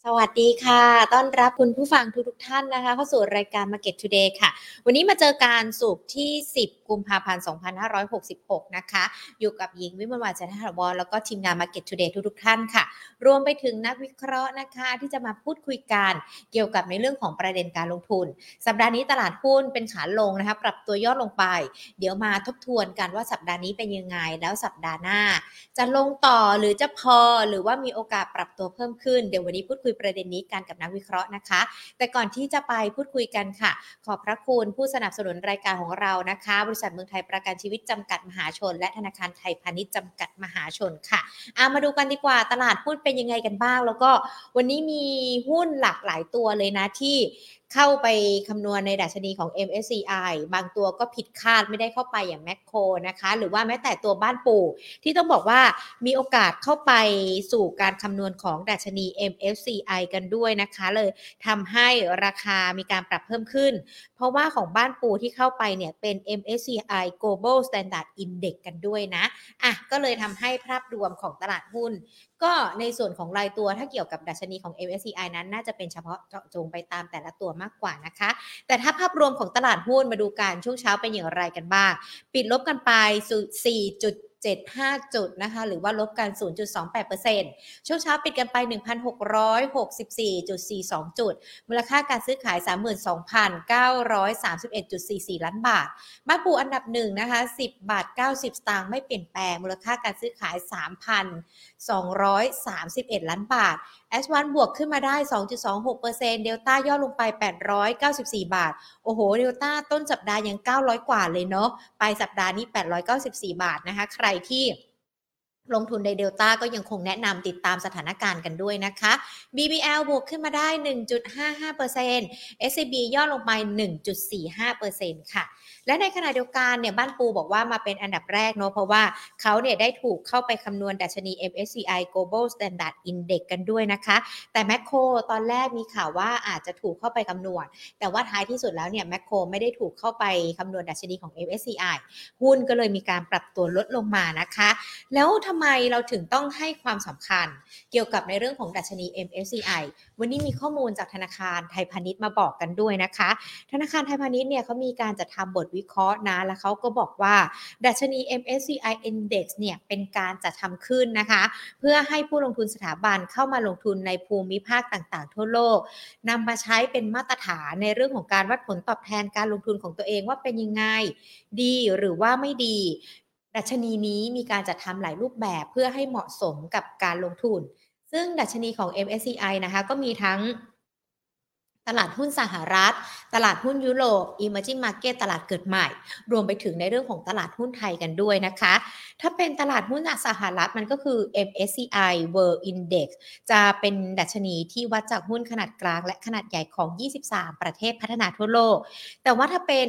สวัสดีค่ะต้อนรับคุณผู้ฟังทุกท่านนะคะเข้าสู่รายการ Market Today ค่ะวันนี้มาเจอการศุกร์ที่10กุมภาพันธ์2566นะคะอยู่กับหญิงวิมลวรรณ จันทถาวรแล้วก็ทีมงาน Market Today ทุกท่านค่ะรวมไปถึงนักวิเคราะห์นะคะที่จะมาพูดคุยกันเกี่ยวกับในเรื่องของประเด็นการลงทุนสัปดาห์นี้ตลาดหุ้นเป็นขาลงนะคะปรับตัวย่อลงไปเดี๋ยวมาทบทวนกันว่าสัปดาห์นี้เป็นยังไงแล้วสัปดาห์หน้าจะลงต่อหรือจะพอหรือว่ามีโอกาสปรับตัวเพิ่มขึ้นเดี๋ยววันนี้พูดคุยประเด็นนี้กันกับนักวิเคราะห์นะคะแต่ก่อนที่จะไปพูดคุยกันค่ะขอบพระคุณผู้สนับสนุนรายการของเรานะคะบริษัทเมืองไทยประกันชีวิตจำกัดมหาชนและธนาคารไทยพาณิชย์จำกัดมหาชนค่ะมาดูกันดีกว่าตลาดหุ้นเป็นยังไงกันบ้างแล้วก็วันนี้มีหุ้นหลากหลายตัวเลยนะที่เข้าไปคำนวณในดัชนีของ MSCI บางตัวก็ผิดคาดไม่ได้เข้าไปอย่างแมคโครนะคะหรือว่าแม้แต่ตัวบ้านปู่ที่ต้องบอกว่ามีโอกาสเข้าไปสู่การคำนวณของดัชนี MSCI กันด้วยนะคะเลยทำให้ราคามีการปรับเพิ่มขึ้นเพราะว่าของบ้านปู่ที่เข้าไปเนี่ยเป็น MSCI Global Standard Index กันด้วยนะก็เลยทำให้ภาพรวมของตลาดหุ้นก็ในส่วนของรายตัวถ้าเกี่ยวกับดัชนีของ MSCI นั้นน่าจะเป็นเฉพาะเจาะจงไปตามแต่ละตัวมากกว่านะคะแต่ถ้าภาพรวมของตลาดหุ้นมาดูกันช่วงเช้าเป็นอย่างไรกันบ้างปิดลบกันไป4.75 จุดนะคะหรือว่าลบกัน 0.28% ช่วงเช้าปิดกันไป 1,664.42 จุดมูลค่าการซื้อขาย 32,931.44 ล้านบาทบ้านปูอันดับ1นะคะ10.90 บาทไม่เปลี่ยนแปลงมูลค่าการซื้อขาย 3,231 ล้านบาทS1 บวกขึ้นมาได้ 2.26% เดลต้าย่อลงไป894 บาทโอ้โหเดลต้าต้นสัปดาห์ยัง900กว่าเลยเนาะปลายสัปดาห์นี้894 บาทนะคะใครที่ลงทุนในเดลต้าก็ยังคงแนะนำติดตามสถานการณ์กันด้วยนะคะ BBL บวกขึ้นมาได้ 1.55% SCB ย่อลงไป 1.45% ค่ะและในขณะเดียวกันเนี่ยบ้านปูบอกว่ามาเป็นอันดับแรกเนาะเพราะว่าเขาเนี่ยได้ถูกเข้าไปคำนวณดัชนี MSCI Global Standard Index กันด้วยนะคะแต่แมคโครตอนแรกมีข่าวว่าอาจจะถูกเข้าไปคำนวณแต่ว่าท้ายที่สุดแล้วเนี่ยแมคโครไม่ได้ถูกเข้าไปคำนวณดัชนีของ MSCI หุ้นก็เลยมีการปรับตัวลดลงมานะคะแล้วทำไมเราถึงต้องให้ความสำคัญเกี่ยวกับในเรื่องของดัชนี MSCI วันนี้มีข้อมูลจากธนาคารไทยพาณิชย์มาบอกกันด้วยนะคะธนาคารไทยพาณิชย์เนี่ยเขามีการจัดทำบทวิเคราะห์นะแล้วเขาก็บอกว่าดัชนี MSCI Index เนี่ยเป็นการจัดทำขึ้นนะคะเพื่อให้ผู้ลงทุนสถาบันเข้ามาลงทุนในภูมิภาคต่างๆทั่วโลกนำมาใช้เป็นมาตรฐานในเรื่องของการวัดผลตอบแทนการลงทุนของตัวเองว่าเป็นยังไงดีหรือว่าไม่ดีดัชนีนี้มีการจัดทำหลายรูปแบบเพื่อให้เหมาะสมกับการลงทุนซึ่งดัชนีของ MSCI นะคะก็มีทั้งตลาดหุ้นสหรัฐตลาดหุ้นยุโรป Emerging Market ตลาดเกิดใหม่รวมไปถึงในเรื่องของตลาดหุ้นไทยกันด้วยนะคะถ้าเป็นตลาดหุ้นสหรัฐมันก็คือ MSCI World Index จะเป็นดัชนีที่วัดจากหุ้นขนาดกลางและขนาดใหญ่ของ23ประเทศพัฒนาทั่วโลกแต่ว่าถ้าเป็น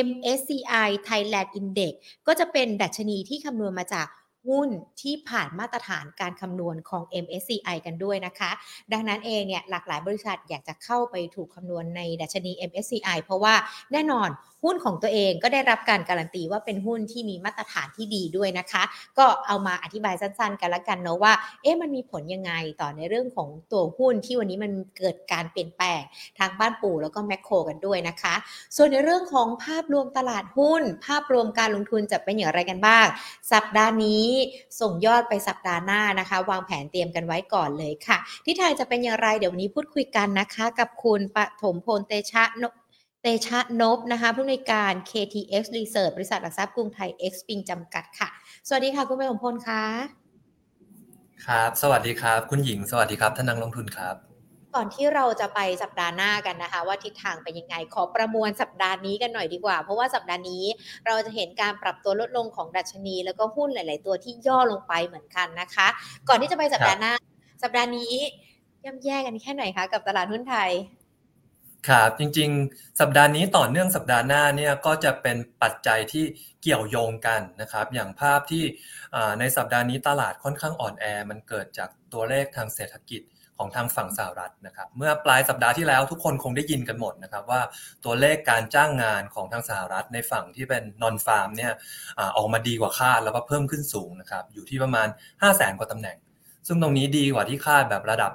MSCI Thailand Index ก็จะเป็นดัชนีที่คำนวณมาจากหุ้นที่ผ่านมาตรฐานการคำนวณของ MSCI กันด้วยนะคะดังนั้นเองเนี่ยหลากหลายบริษัทอยากจะเข้าไปถูกคำนวณในดัชนี MSCI เพราะว่าแน่นอนหุ้นของตัวเองก็ได้รับการการันตีว่าเป็นหุ้นที่มีมาตรฐานที่ดีด้วยนะคะก็เอามาอธิบายสั้นๆกันละกันเนาะว่ามันมีผลยังไงต่อในเรื่องของตัวหุ้นที่วันนี้มันเกิดการเปลี่ยนแปลงทางบ้านปู่แล้วก็แมคโครกันด้วยนะคะส่วนในเรื่องของภาพรวมตลาดหุ้นภาพรวมการลงทุนจะเป็นอย่างไรกันบ้างสัปดาห์นี้ส่งยอดไปสัปดาห์หน้านะคะวางแผนเตรียมกันไว้ก่อนเลยค่ะที่ไทยจะเป็นอย่างไรเดี๋ยววันนี้พูดคุยกันนะคะกับคุณปฐมพลเตชะนพนะคะผู้อำนวยการ KTX Research บริษัทหลักทรัพย์กรุงไทย X-Ping จำกัดค่ะสวัสดีค่ะคุณปฐมพลค่ะครับสวัสดีครับคุณหญิงสวัสดีครับท่านนักลงทุนครับก่อนที่เราจะไปสัปดาห์หน้ากันนะคะว่าทิศทางเป็นยังไงขอประมวลสัปดาห์นี้กันหน่อยดีกว่าเพราะว่าสัปดาห์นี้เราจะเห็นการปรับตัวลดลงของดัชนีแล้วก็หุ้นหลายๆตัวที่ย่อลงไปเหมือนกันนะคะก่อนที่จะไปสัปดาห์หน้าสัปดาห์นี้ย่ำแย่กันแค่ไหนคะกับตลาดหุ้นไทยครับจริงๆสัปดาห์นี้ต่อเนื่องสัปดาห์หน้าเนี่ยก็จะเป็นปัจจัยที่เกี่ยวโยงกันนะครับอย่างภาพที่ในสัปดาห์นี้ตลาดค่อนข้างอ่อนแอมันเกิดจากตัวเลขทางเศรษฐกิจของทางฝั่งสหรัฐนะครับเมื่อปลายสัปดาห์ที่แล้วทุกคนคงได้ยินกันหมดนะครับว่าตัวเลขการจ้างงานของทางสหรัฐในฝั่งที่เป็น non farm เนี่ยออกมาดีกว่าคาดแล้วก็เพิ่มขึ้นสูงนะครับอยู่ที่ประมาณ 500,000 กว่าตำแหน่งซึ่งตรงนี้ดีกว่าที่คาดแบบระดับ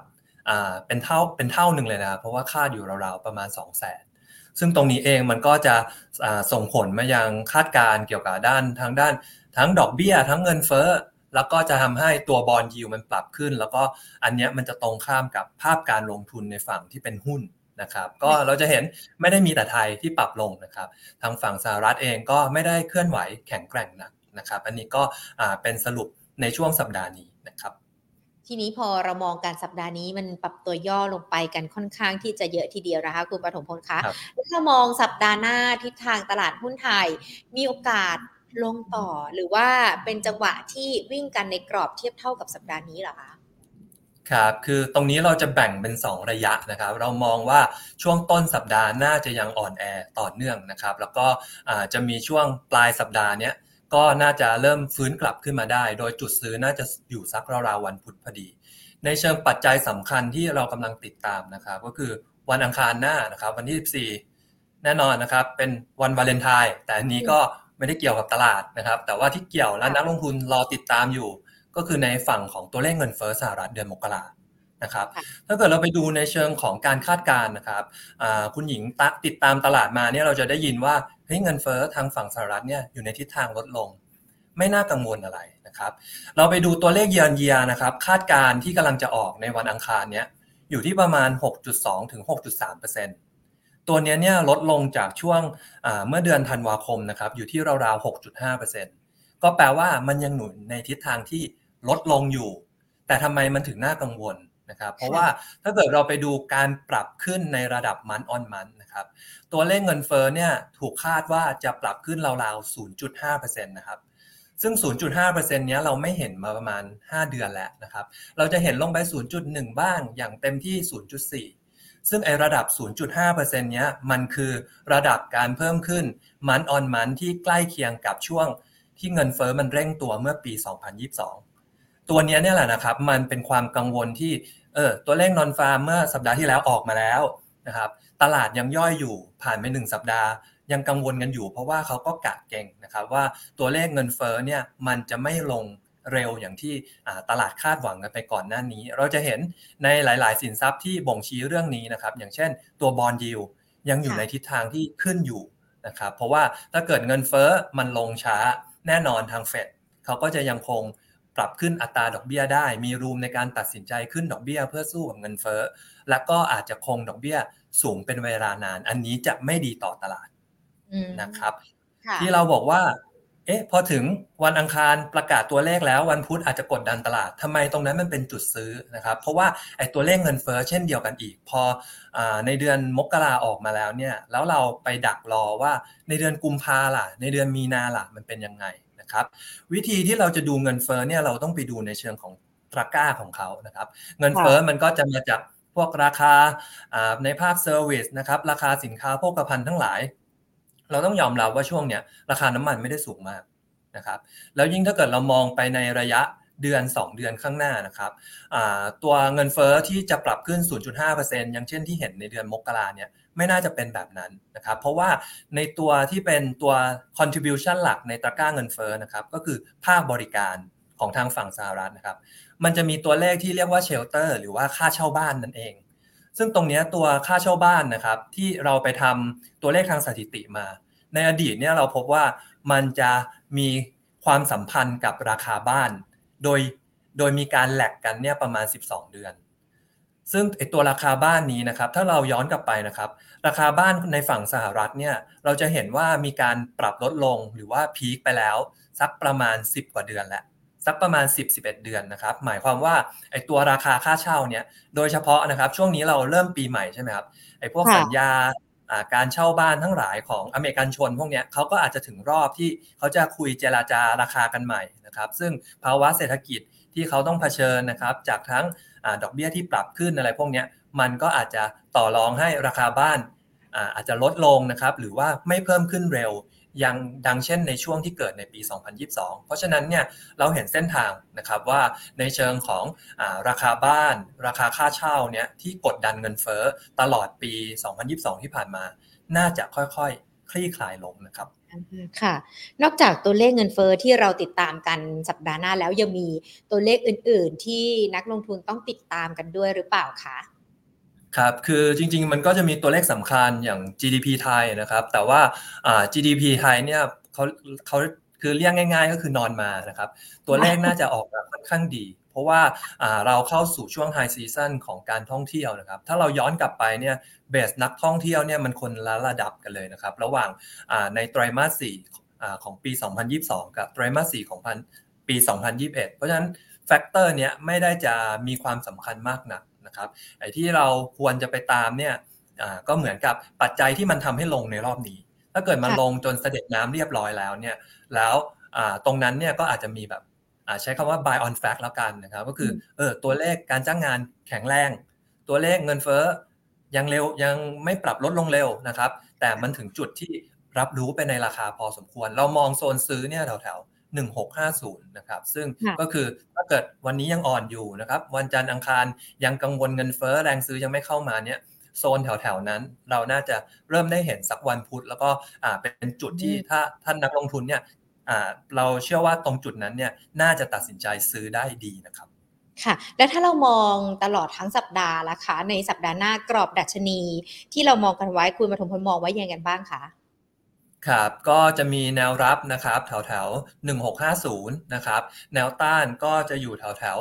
เป็นเท่าหนึ่งเลยนะครับเพราะว่าคาดอยู่ราวๆประมาณ 200,000 ซึ่งตรงนี้เองมันก็จะส่งผลมายังคาดการณ์เกี่ยวกับด้านทั้งดอกเบี้ยทั้งเงินเฟ้อแล้วก็จะทำให้ตัวบอนด์ยิลด์มันปรับขึ้นแล้วก็อันเนี้ยมันจะตรงข้ามกับภาพการลงทุนในฝั่งที่เป็นหุ้นนะครับก็เราจะเห็นไม่ได้มีแต่ไทยที่ปรับลงนะครับทางฝั่งสหรัฐเองก็ไม่ได้เคลื่อนไหวแข็งแกร่งนักนะครับอันนี้ก็เป็นสรุปในช่วงสัปดาห์นี้นะครับทีนี้พอเรามองการสัปดาห์นี้มันปรับตัวย่อลงไปกันค่อนข้างที่จะเยอะทีเดียวนะคะคุณปฐมพลคะถ้ามองสัปดาห์หน้าทิศทางตลาดหุ้นไทยมีโอกาสลงต่อหรือว่าเป็นจังหวะที่วิ่งกันในกรอบเทียบเท่ากับสัปดาห์นี้เหรอคะครับคือตรงนี้เราจะแบ่งเป็น2ระยะนะครับเรามองว่าช่วงต้นสัปดาห์น่าจะยังอ่อนแอต่อเนื่องนะครับแล้วก็จะมีช่วงปลายสัปดาห์เนี้ยก็น่าจะเริ่มฟื้นกลับขึ้นมาได้โดยจุดซื้อน่าจะอยู่สักราวๆวันพุธพอดีในเชิงปัจจัยสำคัญที่เรากำลังติดตามนะครับก็คือวันอังคารหน้านะครับวันที่14แน่นอนนะครับเป็นวันวาเลนไทน์แต่อันนี้ก็ไม่ได้เกี่ยวกับตลาดนะครับแต่ว่าที่เกี่ยวและนักลงทุนรอติดตามอยู่ก็คือในฝั่งของตัวเลขเงินเฟ้อสหรัฐเดือนมกรานะครับถ้าเกิดเราไปดูในเชิงของการคาดการณ์นะครับคุณหญิงติดตามตลาดมาเนี่ยเราจะได้ยินว่าเฮ้ยเงินเฟ้อทางฝั่งสหรัฐเนี่ยอยู่ในทิศทางลดลงไม่น่ากังวลอะไรนะครับเราไปดูตัวเลขเยือนเยียนะครับคาดการณ์ที่กำลังจะออกในวันอังคารเนี้ยอยู่ที่ประมาณ 6.2 ถึง 6.3% ตัวนี้เนี่ยลดลงจากช่วงเมื่อเดือนธันวาคมนะครับอยู่ที่ราวๆ 6.5% ก็แปลว่ามันยังหนุนในทิศทางที่ลดลงอยู่แต่ทำไมมันถึงน่ากังวลนะครับเพราะว่าถ้าเกิดเราไปดูการปรับขึ้นในระดับมันออนมันนะครับตัวเลขเงินเฟ้อเนี่ยถูกคาดว่าจะปรับขึ้นราวๆ 0.5% นะครับซึ่ง 0.5% เนี้ยเราไม่เห็นมาประมาณ5เดือนแล้วนะครับเราจะเห็นลงไป 0.1 บ้างอย่างเต็มที่ 0.4 ซึ่งไอระดับ 0.5% เนี้ยมันคือระดับการเพิ่มขึ้นมันออนมันที่ใกล้เคียงกับช่วงที่เงินเฟ้อมันเร่งตัวเมื่อปี 2022 ตัวนี้เนี่ยแหละนะครับมันเป็นความกังวลที่ตัวเลขนอนฟาร์มเมื่อสัปดาห์ที่แล้วออกมาแล้วนะครับตลาดยังย่อยอยู่ผ่านไป1สัปดาห์ยังกังวลกันอยู่เพราะว่าเขาก็กะเก่งนะครับว่าตัวเลขเงินเฟ้อเนี่ยมันจะไม่ลงเร็วอย่างที่ตลาดคาดหวังกันไปก่อนหน้านี้เราจะเห็นในหลายๆสินทรัพย์ที่บ่งชี้เรื่องนี้นะครับอย่างเช่นตัวบอนด์ยิลด์ยังอยู่ในทิศทางที่ขึ้นอยู่นะครับเพราะว่าถ้าเกิดเงินเฟ้อมันลงช้าแน่นอนทางเฟดเขาก็จะยังคงปรับขึ้นอัตราดอกเบี้ยได้มีรูมในการตัดสินใจขึ้นดอกเบี้ยเพื่อสู้กับเงินเฟ้อและก็อาจจะคงดอกเบี้ยสูงเป็นเวลานานอันนี้จะไม่ดีต่อตลาดนะครับที่เราบอกว่าพอถึงวันอังคารประกาศตัวเลขแล้ววันพุธอาจจะกดดันตลาดทำไมตรงนั้นมันเป็นจุดซื้อนะครับเพราะว่าไอ้ตัวเลขเงินเฟ้อเช่นเดียวกันอีกพอในเดือนมกราออกมาแล้วเนี่ยแล้วเราไปดักรอว่าในเดือนกุมภาล่ะในเดือนมีนาล่ะมันเป็นยังไงนะครับวิธีที่เราจะดูเงินเฟ้อเนี่ยเราต้องไปดูในเชิงของตะกร้าของเขานะครับเงินเฟ้อมันก็จะมาจากพวกราคาในภาคเซอร์วิสนะครับราคาสินค้าโภคภัณฑ์ทั้งหลายเราต้องยอมรับว่าช่วงเนี้ยราคาน้ำมันไม่ได้สูงมากนะครับแล้วยิ่งถ้าเกิดเรามองไปในระยะเดือน2เดือนข้างหน้านะครับตัวเงินเฟ้อที่จะปรับขึ้น 0.5% อย่างเช่นที่เห็นในเดือนมกราเนี่ยไม่น่าจะเป็นแบบนั้นนะครับเพราะว่าในตัวที่เป็นตัว contribution หลักในตะกร้าเงินเฟ้อนะครับก็คือภาคบริการของทางฝั่งสหรัฐนะครับมันจะมีตัวเลขที่เรียกว่า shelter หรือว่าค่าเช่าบ้านนั่นเองซึ่งตรงนี้ตัวค่าเช่าบ้านนะครับที่เราไปทำตัวเลขทางสถิติมาในอดีตเนี่ยเราพบว่ามันจะมีความสัมพันธ์กับราคาบ้านโดยมีการแลกกันเนี่ยประมาณ12เดือนซึ่งไอตัวราคาบ้านนี้นะครับถ้าเราย้อนกลับไปนะครับราคาบ้านในฝั่งสหรัฐเนี่ยเราจะเห็นว่ามีการปรับลดลงหรือว่าพีคไปแล้วสักประมาณ10กว่าเดือนแล้วสักประมาณ10-11เดือนนะครับหมายความว่าไอตัวราคาค่าเช่าเนี่ยโดยเฉพาะนะครับช่วงนี้เราเริ่มปีใหม่ใช่ไหมครับไอพวกสัญญาการเช่าบ้านทั้งหลายของอเมริกันชนพวกนี้เขาก็อาจจะถึงรอบที่เขาจะคุยเจรจาราคากันใหม่นะครับซึ่งภาวะเศรษฐกิจที่เขาต้องเผชิญนะครับจากทั้งดอกเบี้ยที่ปรับขึ้นอะไรพวกนี้มันก็อาจจะต่อรองให้ราคาบ้านอาจจะลดลงนะครับหรือว่าไม่เพิ่มขึ้นเร็วยังดังเช่นในช่วงที่เกิดในปี 2022 เพราะฉะนั้นเนี่ยเราเห็นเส้นทางนะครับว่าในเชิงของราคาบ้านราคาค่าเช่าเนี่ยที่กดดันเงินเฟ้อตลอดปี 2022 ที่ผ่านมาน่าจะค่อยๆคลี่คลายลงนะครับค่ะนอกจากตัวเลขเงินเฟ้อที่เราติดตามกันสัปดาห์หน้าแล้วยังมีตัวเลขอื่นๆที่นักลงทุนต้องติดตามกันด้วยหรือเปล่าคะครับคือจริงๆมันก็จะมีตัวเลขสำคัญอย่าง GDP ไทยนะครับแต่ว่าGDP ไทยเนี่ยเขาเขาคือเรียกง่ายๆก็คือนอนมานะครับตัวเลขน่าจะออกมาค่อนข้างดีเพราะว่าเราเข้าสู่ช่วง High Season ของการท่องเที่ยวนะครับถ้าเราย้อนกลับไปเนี่ยเบสนักท่องเที่ยวเนี่ยมันคนละระดับกันเลยนะครับระหว่างในไตรมาส4ของปี2022กับไตรมาส4ของปี2021เพราะฉะนั้นแฟกเตอร์เนี้ยไม่ได้จะมีความสำคัญมากนักนะครับ ไอ้ที่เราควรจะไปตามเนี่ยก็เหมือนกับปัจจัยที่มันทำให้ลงในรอบนี้ถ้าเกิดมันลงค่ะจนเสด็จน้ำเรียบร้อยแล้วเนี่ยแล้วตรงนั้นเนี่ยก็อาจจะมีแบบใช้คำว่า buy on fact แล้วกันนะครับก็คือตัวเลขการจ้างงานแข็งแรงตัวเลขเงินเฟ้อยังเร็วยังไม่ปรับลดลงเร็วนะครับแต่มันถึงจุดที่รับรู้ไปในราคาพอสมควรเรามองโซนซื้อเนี่ยแถวๆ1650นะครับซึ่งก็ค่ะคือถ้าเกิดวันนี้ยังอ่อนอยู่นะครับวันจันทร์อังคารยังกังวลเงินเฟ้อแรงซื้อยังไม่เข้ามาเนี่ยโซนแถวๆนั้นเราน่าจะเริ่มได้เห็นสักวันพุธแล้วก็เป็นจุดที่อืมถ้าท่านนักลงทุนเนี่ยเราเชื่อว่าตรงจุดนั้นเนี่ยน่าจะตัดสินใจซื้อได้ดีนะครับค่ะแล้วถ้าเรามองตลอดทั้งสัปดาห์ล่ะคะในสัปดาห์หน้ากรอบดัชนีที่เรามองกันไว้คุณปฐมพลมองไว้ยังไงกันบ้างคะครับก็จะมีแนวรับนะครับแถวแถว1650นะครับแนวต้านก็จะอยู่แถวแถว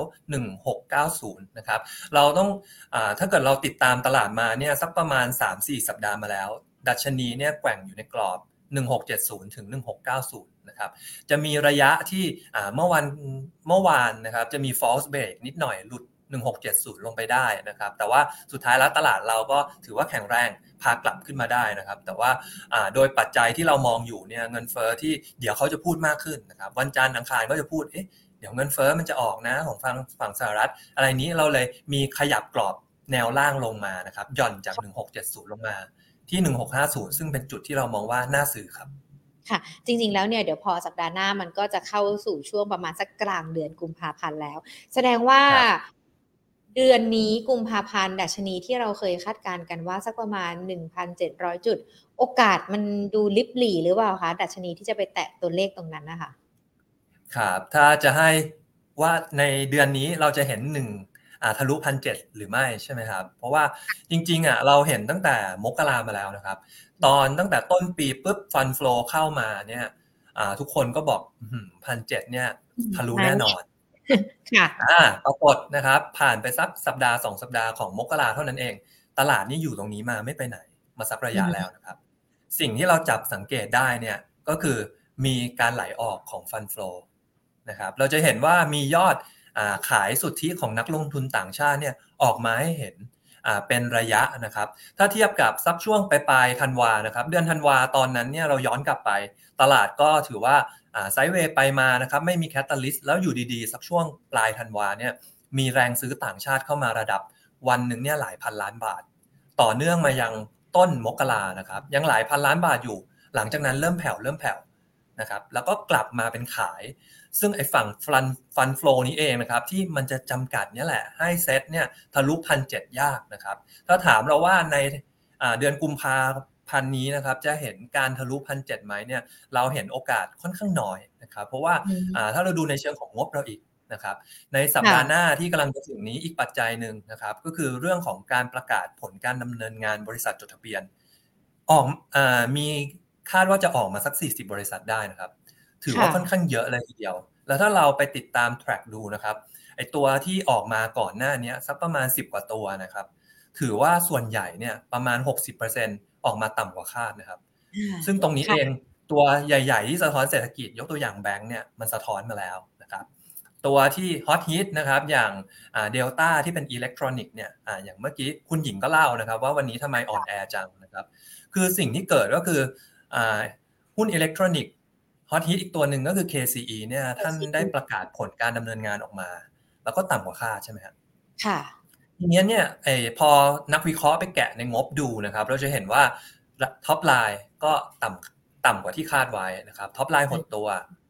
1690นะครับเราต้องถ้าเกิดเราติดตามตลาดมาเนี่ยสักประมาณ3-4สัปดาห์มาแล้วดัชนีเนี่ยแกว่งอยู่ในกรอบ1670ถึง1690นะครับจะมีระยะที่เมื่อวานนะครับจะมี false break นิดหน่อยหลุด1670ลงไปได้นะครับแต่ว่าสุดท้ายแล้วตลาดเราก็ถือว่าแข็งแรงพากลับขึ้นมาได้นะครับแต่ว่าโดยปัจจัยที่เรามองอยู่เนี่ยเงินเฟ้อที่เดี๋ยวเขาจะพูดมากขึ้นนะครับวันจันทร์อังคารก็จะพูดเดี๋ยวเงินเฟ้อมันจะออกนะของฝั่งสหรัฐอะไรนี้เราเลยมีขยับกรอบแนวล่างลงมานะครับหย่อนจาก1670ลงมาที่1650ซึ่งเป็นจุดที่เรามองว่าน่าซื้อครับค่ะจริงๆแล้วเนี่ยเดี๋ยวพอสัปดาห์หน้ามันก็จะเข้าสู่ช่วงประมาณสักกลางเดือนกุมภาพันธ์แล้วแสดงว่าครับเดือนนี้กุมภาพันธ์ดัชนีที่เราเคยคาดการณ์กันว่าสักประมาณ1,700จุดโอกาสมันดูลิบหลี่หรือเปล่าคะดัชนีที่จะไปแตะตัวเลขตรงนั้นน่ะค่ะครับถ้าจะให้ว่าในเดือนนี้เราจะเห็นทะลุ1,700หรือไม่ใช่ไหมครับเพราะว่าจริงๆเราเห็นตั้งแต่มกรามาแล้วนะครับตอนตั้งแต่ต้นปีปุ๊บฟันโฟลเข้ามาเนี่ยทุกคนก็บอก1,700เนี่ยทะลุมาแน่แน่นอนค่ะปรากฏนะครับผ่านไปสักสัปดาห์2สัปดาห์ของมกราเท่านั้นเองตลาดนี่อยู่ตรงนี้มาไม่ไปไหนมาสักระอืยะแล้วมนะครับสิ่งที่เราจับสังเกตได้เนี่ยก็คือมีการไหลออกของฟันโฟลนะครับเราจะเห็นว่ามียอดขายสุทธิของนักลงทุนต่างชาติเนี่ยออกมาให้เห็นเป็นระยะนะครับถ้าเทียบกับสักช่วงปลายธันวานะครับเดือนธันวาตอนนั้นเนี่ยเราย้อนกลับไปตลาดก็ถือว่าไซด์เวย์ไปมานะครับไม่มีแคตตาลิสต์แล้วอยู่ดีๆสักช่วงปลายธันวาเนี่ยมีแรงซื้อต่างชาติเข้ามาระดับวันหนึ่งเนี่ยหลายพันล้านบาทต่อเนื่องมายังต้นมกรานะครับยังหลายพันล้านบาทอยู่หลังจากนั้นเริ่มแผ่วนะครับแล้วก็กลับมาเป็นขายซึ่งไอ้ฝั่งฟันโฟลนี้เองนะครับที่มันจะจำกัดเนี่ยแหละให้เซ็ตเนี่ยทะลุ1,700ยากนะครับถ้าถามเราว่าในเดือนกุมภาพันธ์นี้นะครับจะเห็นการทะลุ1,700ไหมเนี่ยเราเห็นโอกาสค่อนข้างน้อยนะครับเพราะว่าอืมถ้าเราดูในเชิงของงบเราอีกนะครับในสัปดาห์หค่ะน้าที่กำลังจะถึงนี้อีกปัจจัยหนึ่งนะครับก็คือเรื่องของการประกาศผลการดำเนินงานบริษัทจดทะเบียนออกมีคาดว่าจะออกมาสัก40บริษัทได้นะครับถือว่าค่ะค่อนข้างเยอะเลยทีเดียวแล้วถ้าเราไปติดตาม track ดูนะครับไอตัวที่ออกมาก่อนหน้านี้สักประมาณ10กว่าตัวนะครับถือว่าส่วนใหญ่เนี่ยประมาณ60%ออกมาต่ำกว่าคาดนะครับอาซึ่งตรงนี้เองค่ะตัวใหญ่ๆที่สะท้อนเศรษฐกิจยกตัวอย่างแบงก์เนี่ยมันสะท้อนมาแล้วนะครับตัวที่ฮอตฮิตนะครับอย่างเดลต้าที่เป็นอิเล็กทรอนิกส์เนี่ยอย่างเมื่อกี้คุณหญิงก็เล่านะครับว่าวันนี้ทำไมอ่อนแอจังนะครับคือสิ่งที่เกิดก็คืออ่าหุ้นอิเล็กทรอนิกส์ฮอตฮิตอีกตัวหนึ่งก็คือ KCE เนี่ยท่านได้ประกาศผลการดำเนินงานออกมาแล้วก็ต่ำกว่าคาดใช่ไหมครับค่ะทีนี้เนี่ยพอนักวิเคราะห์ไปแกะในงบดูนะครับเราจะเห็นว่าท็อปไลน์ก็ต่ำกว่าที่คาดไว้นะครับท็อปไลน์หดตัว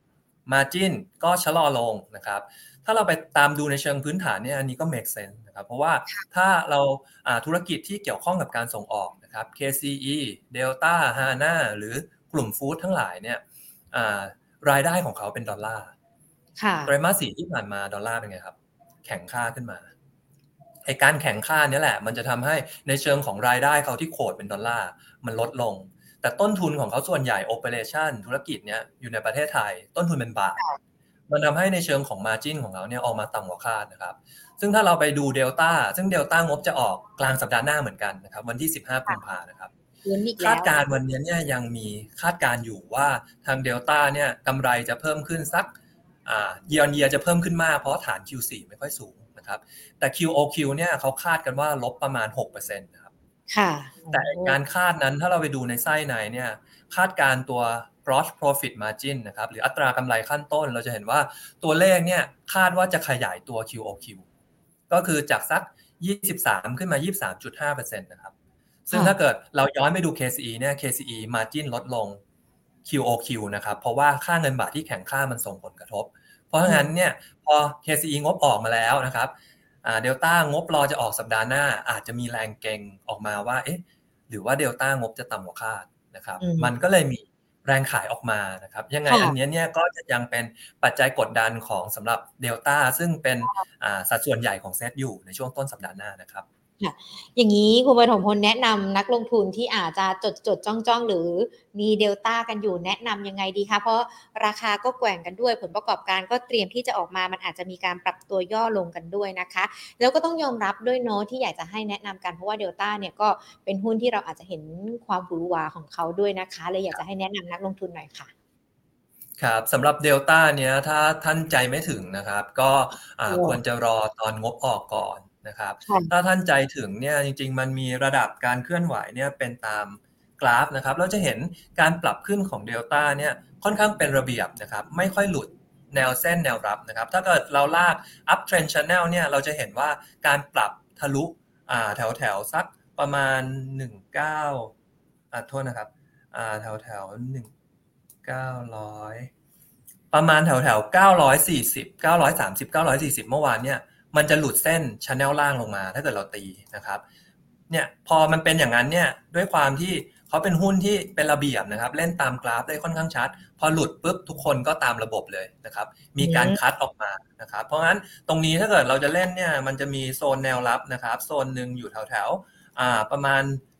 Margin ก็ชะลอลงนะครับถ้าเราไปตามดูในเชิงพื้นฐานเนี่ยอันนี้ก็ make sense นะครับเพราะว่าถ้าเราธุรกิจที่เกี่ยวข้องกับการส่งออกนะครับ KCE Delta HANA หรือกลุ่มฟู้ดทั้งหลายเนี่ยรายได้ของเขาเป็นดอลลาร์ไตรมาส 4ที่ผ่านมาดอลลาร์เป็นไงครับแข็งค่าขึ้นมาไอ้การแข็งค่านี่แหละมันจะทำให้ในเชิงของรายได้เขาที่โคดเป็นดอลลาร์มันลดลงแต่ต้นทุนของเขาส่วนใหญ่ operation ธุรกิจเนี่ยอยู่ในประเทศไทยต้นทุนเป็นบาทมันทำให้ในเชิงของ margin ของเขาเนี่ยออกมาต่ำกว่าคาดนะครับซึ่งถ้าเราไปดูเดลต้าซึ่งเดลต้างบจะออกกลางสัปดาห์หน้าเหมือนกันนะครับวันที่15กุมภาพันธ์นะครับคาดการณ์วันนี้เนี่ยยังมีคาดการณ์อยู่ว่าทางเดลต้าเนี่ยกำไรจะเพิ่มขึ้นสักyear on year จะเพิ่มขึ้นมากเพราะฐาน Q4 ไม่ค่อยสูงนะครับแต่ QOQ เนี่ยเขาคาดกันว่าลบประมาณ 6% นะครับค่ะแต่การคาดนั้นถ้าเราไปดูในไส้ในเนี่ยคาดการตัว gross profit margin นะครับหรืออัตรากำไรขั้นต้นเราจะเห็นว่าตัวเลขเนี่ยคาดว่าจะขยายตัว QOQ ก็คือจากสัก23ขึ้นมา 23.5% นะครับซึ่งถ้าเกิดเราย้อนไปดู KCE เนี่ย KCE margin ลดลง QOQ นะครับเพราะว่าค่าเงินบาทที่แข็งค่ามันส่งผลกระทบเพราะงั้นเนี่ยพอ KCE งบออกมาแล้วนะครับเดลต้างบรอจะออกสัปดาห์หน้าอาจจะมีแรงเก็งออกมาว่าเอ๊ะหรือว่าเดลต้างบจะต่ำกว่าคาดนะครับมันก็เลยมีแรงขายออกมานะครับยังไงอันนี้เนี่ยก็จะยังเป็นปัจจัยกดดันของสำหรับเดลต้าซึ่งเป็นสัดส่วนใหญ่ของเซตอยู่ในช่วงต้นสัปดาห์หน้านะครับอย่างนี้คุณปฐมพลแนะนำนักลงทุนที่อาจจะจดจ้องหรือมีเดลต้ากันอยู่แนะนำยังไงดีคะเพราะราคาก็แกว่งกันด้วยผลประกอบการก็เตรียมที่จะออกมามันอาจจะมีการปรับตัวย่อลงกันด้วยนะคะแล้วก็ต้องยอมรับด้วยเนาะที่อยากจะให้แนะนำกันเพราะว่าเดลต้าเนี่ยก็เป็นหุ้นที่เราอาจจะเห็นความหวือหวาของเขาด้วยนะคะเลยอยากจะให้แนะนำนักลงทุนหน่อยค่ะครับสำหรับเดลต้าเนี้ยถ้าท่านใจไม่ถึงนะครับก็ควรจะรอตอนงบออกก่อนนะครับถ้าท่านใจถึงเนี่ยจริงๆมันมีระดับการเคลื่อนไหวเนี่ยเป็นตามกราฟนะครับเราจะเห็นการปรับขึ้นของเดลต้าเนี่ยค่อนข้างเป็นระเบียบนะครับไม่ค่อยหลุดแนวเส้นแนวรับนะครับถ้าเกิดเราลาก up trend channel เนี่ยเราจะเห็นว่าการปรับทะลุแถวสักประมาณ19โทษนะครับแถว900ประมาณแถว940 930 940เมื่อวานเนี่ยมันจะหลุดเส้น channel ล่างลงมาถ้าเกิดเราตีนะครับเนี่ยพอมันเป็นอย่างนั้นเนี่ยด้วยความที่เขาเป็นหุ้นที่เป็นระเบียบนะครับเล่นตามกราฟได้ค่อนข้างชัดพอหลุดปุ๊บทุกคนก็ตามระบบเลยนะครับมีการคัดออกมานะครับเพราะงั้นตรงนี้ถ้าเกิดเราจะเล่นเนี่ยมันจะมีโซนแนวรับนะครับโซนหนึ่งอยู่แถวประมาณ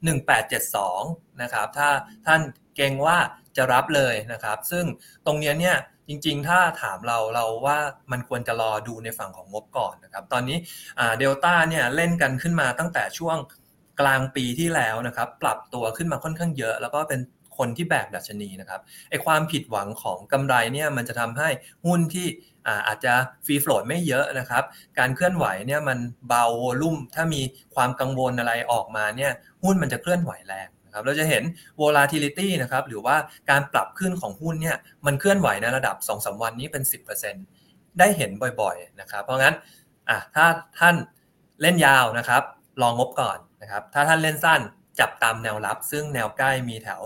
1872นะครับถ้าท่านเก่งว่าจะรับเลยนะครับซึ่งตรงนี้เนี่ยจริงๆถ้าถามเราว่ามันควรจะรอดูในฝั่งของงบก่อนนะครับตอนนี้เดลต้าเนี่ยเล่นกันขึ้นมาตั้งแต่ช่วงกลางปีที่แล้วนะครับปรับตัวขึ้นมาค่อนข้างเยอะแล้วก็เป็นคนที่แบกดัชนีนะครับไอ้ความผิดหวังของกำไรเนี่ยมันจะทำให้หุ้นที่อาจจะฟรีโฟลตไม่เยอะนะครับการเคลื่อนไหวเนี่ยมันเบาวอลุ่มถ้ามีความกังวลอะไรออกมาเนี่ยหุ้นมันจะเคลื่อนไหวแรงเราจะเห็น volatility นะครับหรือว่าการปรับขึ้นของหุ้นเนี่ยมันเคลื่อนไหวในระดับ 2-3 วันนี้เป็น 10% ได้เห็นบ่อยๆนะครับเพราะงั้นถ้าท่านเล่นยาวนะครับรองบก่อนนะครับถ้าท่านเล่นสั้นจับตามแนวรับซึ่งแนวใกล้มีแถว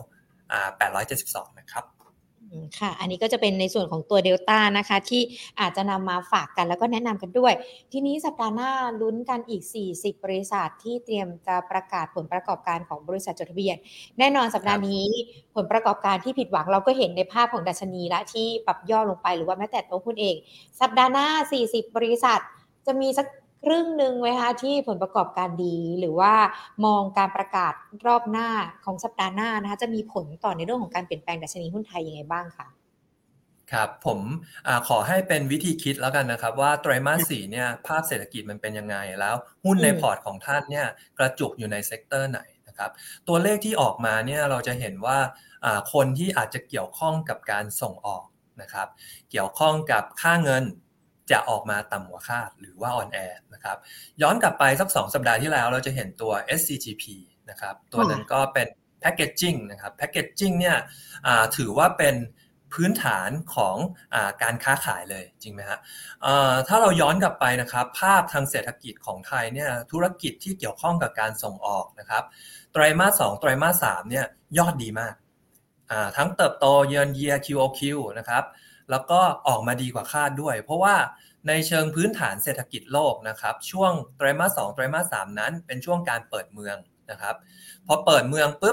872นะครับค่ะอันนี้ก็จะเป็นในส่วนของตัวเดลต้านะคะที่อาจจะนำมาฝากกันแล้วก็แนะนำกันด้วยทีนี้สัปดาห์หน้าลุ้นกันอีก40บริษัทที่เตรียมจะประกาศผลประกอบการของบริษัทจดทะเบียนแน่นอนสัปดาห์นี้ผลประกอบการที่ผิดหวังเราก็เห็นในภาพของดัชนีและที่ปรับย่อลงไปหรือว่าแม้แต่ตัวหุ้นเองสัปดาห์หน้า40บริษัทจะมีสักครึ่งหนึ่งไหมคะที่ผลประกอบการดีหรือว่ามองการประกาศรอบหน้าของสัปดาห์หน้านะคะจะมีผลต่อในเรื่องของการเปลี่ยนแปลงดัชนีหุ้นไทยยังไงบ้างคะครับผมขอให้เป็นวิธีคิดแล้วกันนะครับว่าไตรมาส 4เนี่ยภาพเศรษฐกิจมันเป็นยังไงแล้วหุ้นในพอร์ตของท่านเนี่ยกระจุกอยู่ในเซกเตอร์ไหนนะครับตัวเลขที่ออกมาเนี่ยเราจะเห็นว่าคนที่อาจจะเกี่ยวข้องกับการส่งออกนะครับเกี่ยวข้องกับค่าเงินจะออกมาต่ำกว่าคาดหรือว่าอ่อนแอนะครับย้อนกลับไปสัก2สัปดาห์ที่แล้วเราจะเห็นตัว SCGP นะครับตัวนั้นก็เป็น packaging นะครับ packaging เนี่ยถือว่าเป็นพื้นฐานของการค้าขายเลยจริงไหมฮะถ้าเราย้อนกลับไปนะครับภาพทางเศรษฐกิจของไทยเนี่ยธุรกิจที่เกี่ยวข้องกับการส่งออกนะครับไตรมาส 2ไตรมาส 3เนี่ยยอดดีมากทั้งเติบโต year on year QOQ นะครับแล้วก็ออกมาดีกว่าคาดด้วยเพราะว่าในเชิงพื้นฐานเศรษฐกิจโลกนะครับช่วงไตรมาส 2ไตรมาส 3นั้นเป็นช่วงการเปิดเมืองนะครับพอเปิดเมืองปุ๊บ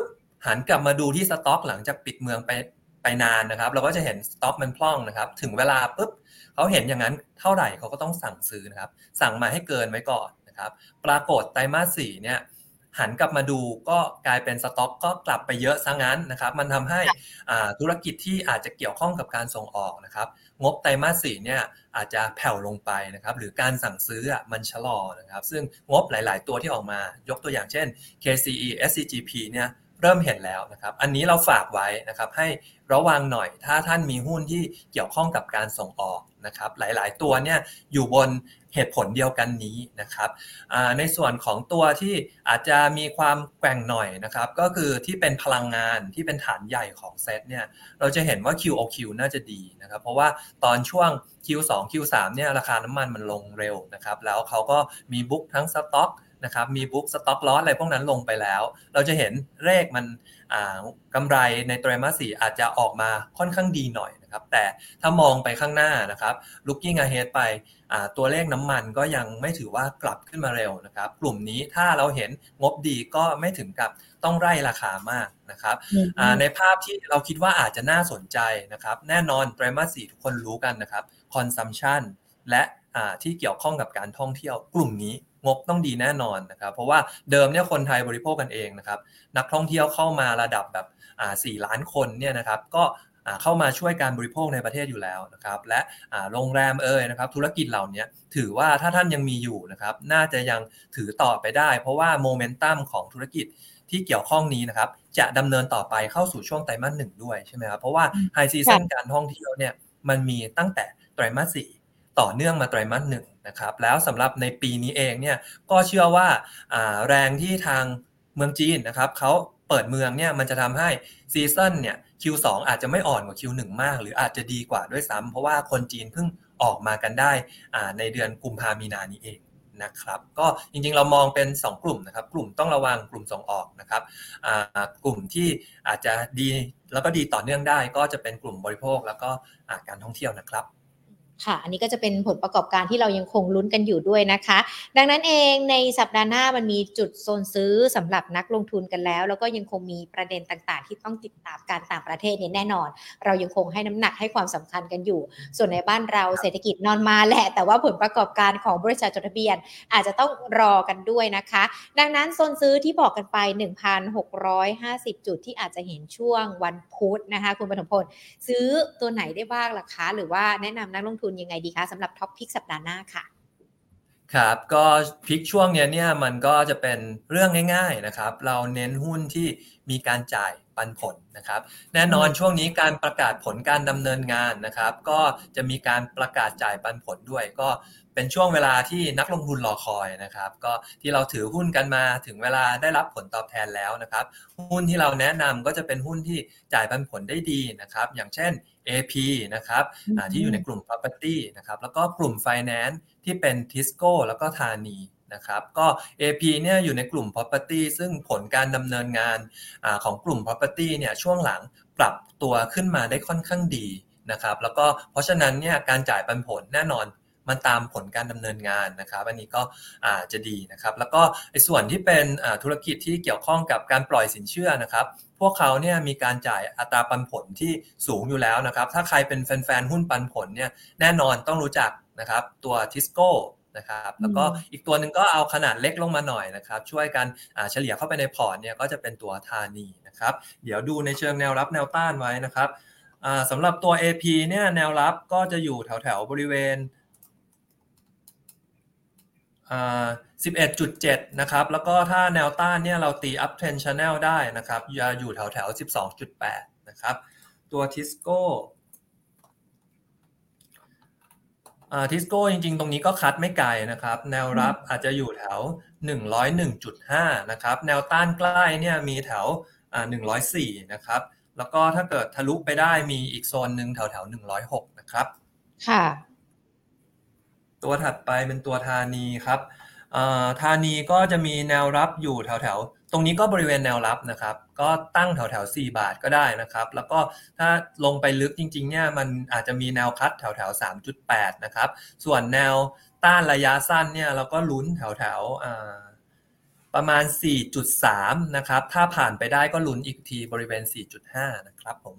หันกลับมาดูที่สต็อกหลังจากปิดเมืองไปนานนะครับเราก็จะเห็นสต็อกมันพร่องนะครับถึงเวลาปุ๊บเขาเห็นอย่างนั้นเท่าไหร่เขาก็ต้องสั่งซื้อนะครับสั่งมาให้เกินไว้ก่อนนะครับปรากฏไตรมาส 4เนี่ยหันกลับมาดูก็กลายเป็นสต็อกก็กลับไปเยอะซะงั้นนะครับมันทำให้ธุรกิจที่อาจจะเกี่ยวข้องกับการส่งออกนะครับงบไตรมาส 4เนี่ยอาจจะแผ่วลงไปนะครับหรือการสั่งซื้อมันชะลอนะครับซึ่งงบหลายๆตัวที่ออกมายกตัวอย่างเช่น KCE SCGP เนี่ยเริ่มเห็นแล้วนะครับอันนี้เราฝากไว้นะครับให้ระวังหน่อยถ้าท่านมีหุ้นที่เกี่ยวข้องกับการส่งออกนะครับหลายๆตัวเนี่ยอยู่บนเหตุผลเดียวกันนี้นะครับในส่วนของตัวที่อาจจะมีความแกว่งหน่อยนะครับก็คือที่เป็นพลังงานที่เป็นฐานใหญ่ของเซตเนี่ยเราจะเห็นว่า QOQ น่าจะดีนะครับเพราะว่าตอนช่วง Q2 Q3 เนี่ยราคาน้ำมันมันลงเร็วนะครับแล้วเขาก็มีบุ๊กทั้งสต็อกนะครับมีบุ๊กสต็อกลอสอะไรพวกนั้นลงไปแล้วเราจะเห็นเลขมันกำไรในไตรมาส 4อาจจะออกมาค่อนข้างดีหน่อยนะครับแต่ถ้ามองไปข้างหน้านะครับ looking ahead ไปตัวเลขน้ำมันก็ยังไม่ถือว่ากลับขึ้นมาเร็วนะครับกลุ่มนี้ถ้าเราเห็นงบดีก็ไม่ถึงกับต้องไล่ราคามากนะครับในภาพที่เราคิดว่าอาจจะน่าสนใจนะครับแน่นอนไตรมาส 4ทุกคนรู้กันนะครับ consumption และที่เกี่ยวข้องกับการท่องเที่ยวกลุ่มนี้งบต้องดีแน่นอนนะครับเพราะว่าเดิมเนี่ยคนไทยบริโภคกันเองนะครับนักท่องเที่ยวเข้ามาระดับแบบ4 ล้านคนเนี่ยนะครับก็เข้ามาช่วยการบริโภคในประเทศอยู่แล้วนะครับและโรงแรมนะครับธุรกิจเหล่านี้ถือว่าถ้าท่านยังมีอยู่นะครับน่าจะยังถือต่อไปได้เพราะว่าโมเมนตัมของธุรกิจที่เกี่ยวข้องนี้นะครับจะดำเนินต่อไปเข้าสู่ช่วงไตรมาส 1ด้วยใช่ไหมครับเพราะว่าไฮซีซั่นการท่องเที่ยวเนี่ยมันมีตั้งแต่ไตรมาส 4ต่อเนื่องมาไตรมาส 1นะครับแล้วสำหรับในปีนี้เองเนี่ยก็เชื่อว่าแรงที่ทางเมืองจีนนะครับเขาเปิดเมืองเนี่ยมันจะทำให้ซีซั่นเนี่ย Q2 อาจจะไม่อ่อนกว่า Q1 มากหรืออาจจะดีกว่าด้วยซ้ำเพราะว่าคนจีนเพิ่งออกมากันได้ในเดือนกุมภาพันธ์มีนานี้เองนะครับก็จริงๆเรามองเป็น2กลุ่มนะครับกลุ่มต้องระวังกลุ่มส่งออกนะครับกลุ่มที่อาจจะดีแล้วก็ดีต่อเนื่องได้ก็จะเป็นกลุ่มบริโภคแล้วก็การท่องเที่ยวนะครับค่ะอันนี้ก็จะเป็นผลประกอบการที่เรายังคงลุ้นกันอยู่ด้วยนะคะดังนั้นเองในสัปดาห์หน้ามันมีจุดโซนซื้อสำหรับนักลงทุนกันแล้วก็ยังคงมีประเด็นต่างๆที่ต้องติดตามการต่างประเทศเนี่ยแน่นอนเรายังคงให้น้ำหนักให้ความสำคัญกันอยู่ส่วนในบ้านเราเศรษฐกิจนอนมาแหละแต่ว่าผลประกอบการของบริษัทจดทะเบียนอาจจะต้องรอกันด้วยนะคะดังนั้นโซนซื้อที่บอกกันไป 1,650 จุดที่อาจจะเห็นช่วงวันพุธนะคะคุณปฐมพลซื้อตัวไหนได้บ้างล่ะคะหรือว่าแนะนำนักลงทุนยังไงดีคะสำหรับท็อปพิกสัปดาห์หน้าค่ะครับก็พิกช่วงนี้เนี่ยมันก็จะเป็นเรื่องง่ายๆนะครับเราเน้นหุ้นที่มีการจ่ายปันผลนะครับแน่นอนช่วงนี้การประกาศผลการดำเนินงานนะครับก็จะมีการประกาศจ่ายปันผลด้วยก็เป็นช่วงเวลาที่นักลงทุนรอคอยนะครับก็ที่เราถือหุ้นกันมาถึงเวลาได้รับผลตอบแทนแล้วนะครับหุ้นที่เราแนะนำก็จะเป็นหุ้นที่จ่ายปันผลได้ดีนะครับอย่างเช่น AP นะครับที่อยู่ในกลุ่ม property นะครับแล้วก็กลุ่ม finance ที่เป็น Tisco แล้วก็ธานีนะครับก็ AP เนี่ยอยู่ในกลุ่ม property ซึ่งผลการดำเนินงานของกลุ่ม property เนี่ยช่วงหลังปรับตัวขึ้นมาได้ค่อนข้างดีนะครับแล้วก็เพราะฉะนั้นเนี่ยการจ่ายปันผลแน่นอนมันตามผลการดำเนินงานนะครับอันนี้ก็จะดีนะครับแล้วก็ส่วนที่เป็นธุรกิจที่เกี่ยวข้องกับการปล่อยสินเชื่อนะครับพวกเขาเนี่ยมีการจ่ายอัตราปันผลที่สูงอยู่แล้วนะครับถ้าใครเป็นแฟนๆหุ้นปันผลเนี่ยแน่นอนต้องรู้จักนะครับตัว Tisco นะครับแล้วก็อีกตัวหนึ่งก็เอาขนาดเล็กลงมาหน่อยนะครับช่วยกันเฉลี่ยเข้าไปในพอร์ตเนี่ยก็จะเป็นตัวธานีนะครับเดี๋ยวดูในเชิงแนวรับแนวต้านไว้นะครับสำหรับตัว AP เนี่ยแนวรับก็จะอยู่แถวๆบริเวณ11.7 นะครับแล้วก็ถ้าแนวต้านเนี่ยเราตี up trend channel ได้นะครับอยู่แถวๆ 12.8 นะครับตัว Tisco Tisco จริงๆตรงนี้ก็คัดไม่ไกลนะครับแนวรับอาจจะอยู่แถว 101.5 นะครับแนวต้านใกล้เนี่ยมีแถว104 นะครับแล้วก็ถ้าเกิดทะลุไปได้มีอีกโซนหนึ่งแถวๆ106 นะครับค่ะตัวถัดไปเป็นตัวธานีครับธานีก็จะมีแนวรับอยู่แถวๆตรงนี้ก็บริเวณแนวรับนะครับก็ตั้งแถวๆ4 บาทก็ได้นะครับแล้วก็ถ้าลงไปลึกจริงๆเนี่ยมันอาจจะมีแนวคัดแถวๆ 3.8 นะครับส่วนแนวต้านระยะสั้นเนี่ยเราก็ลุ้นแถวๆประมาณ 4.3 นะครับถ้าผ่านไปได้ก็ลุ้นอีกทีบริเวณ 4.5 นะครับผม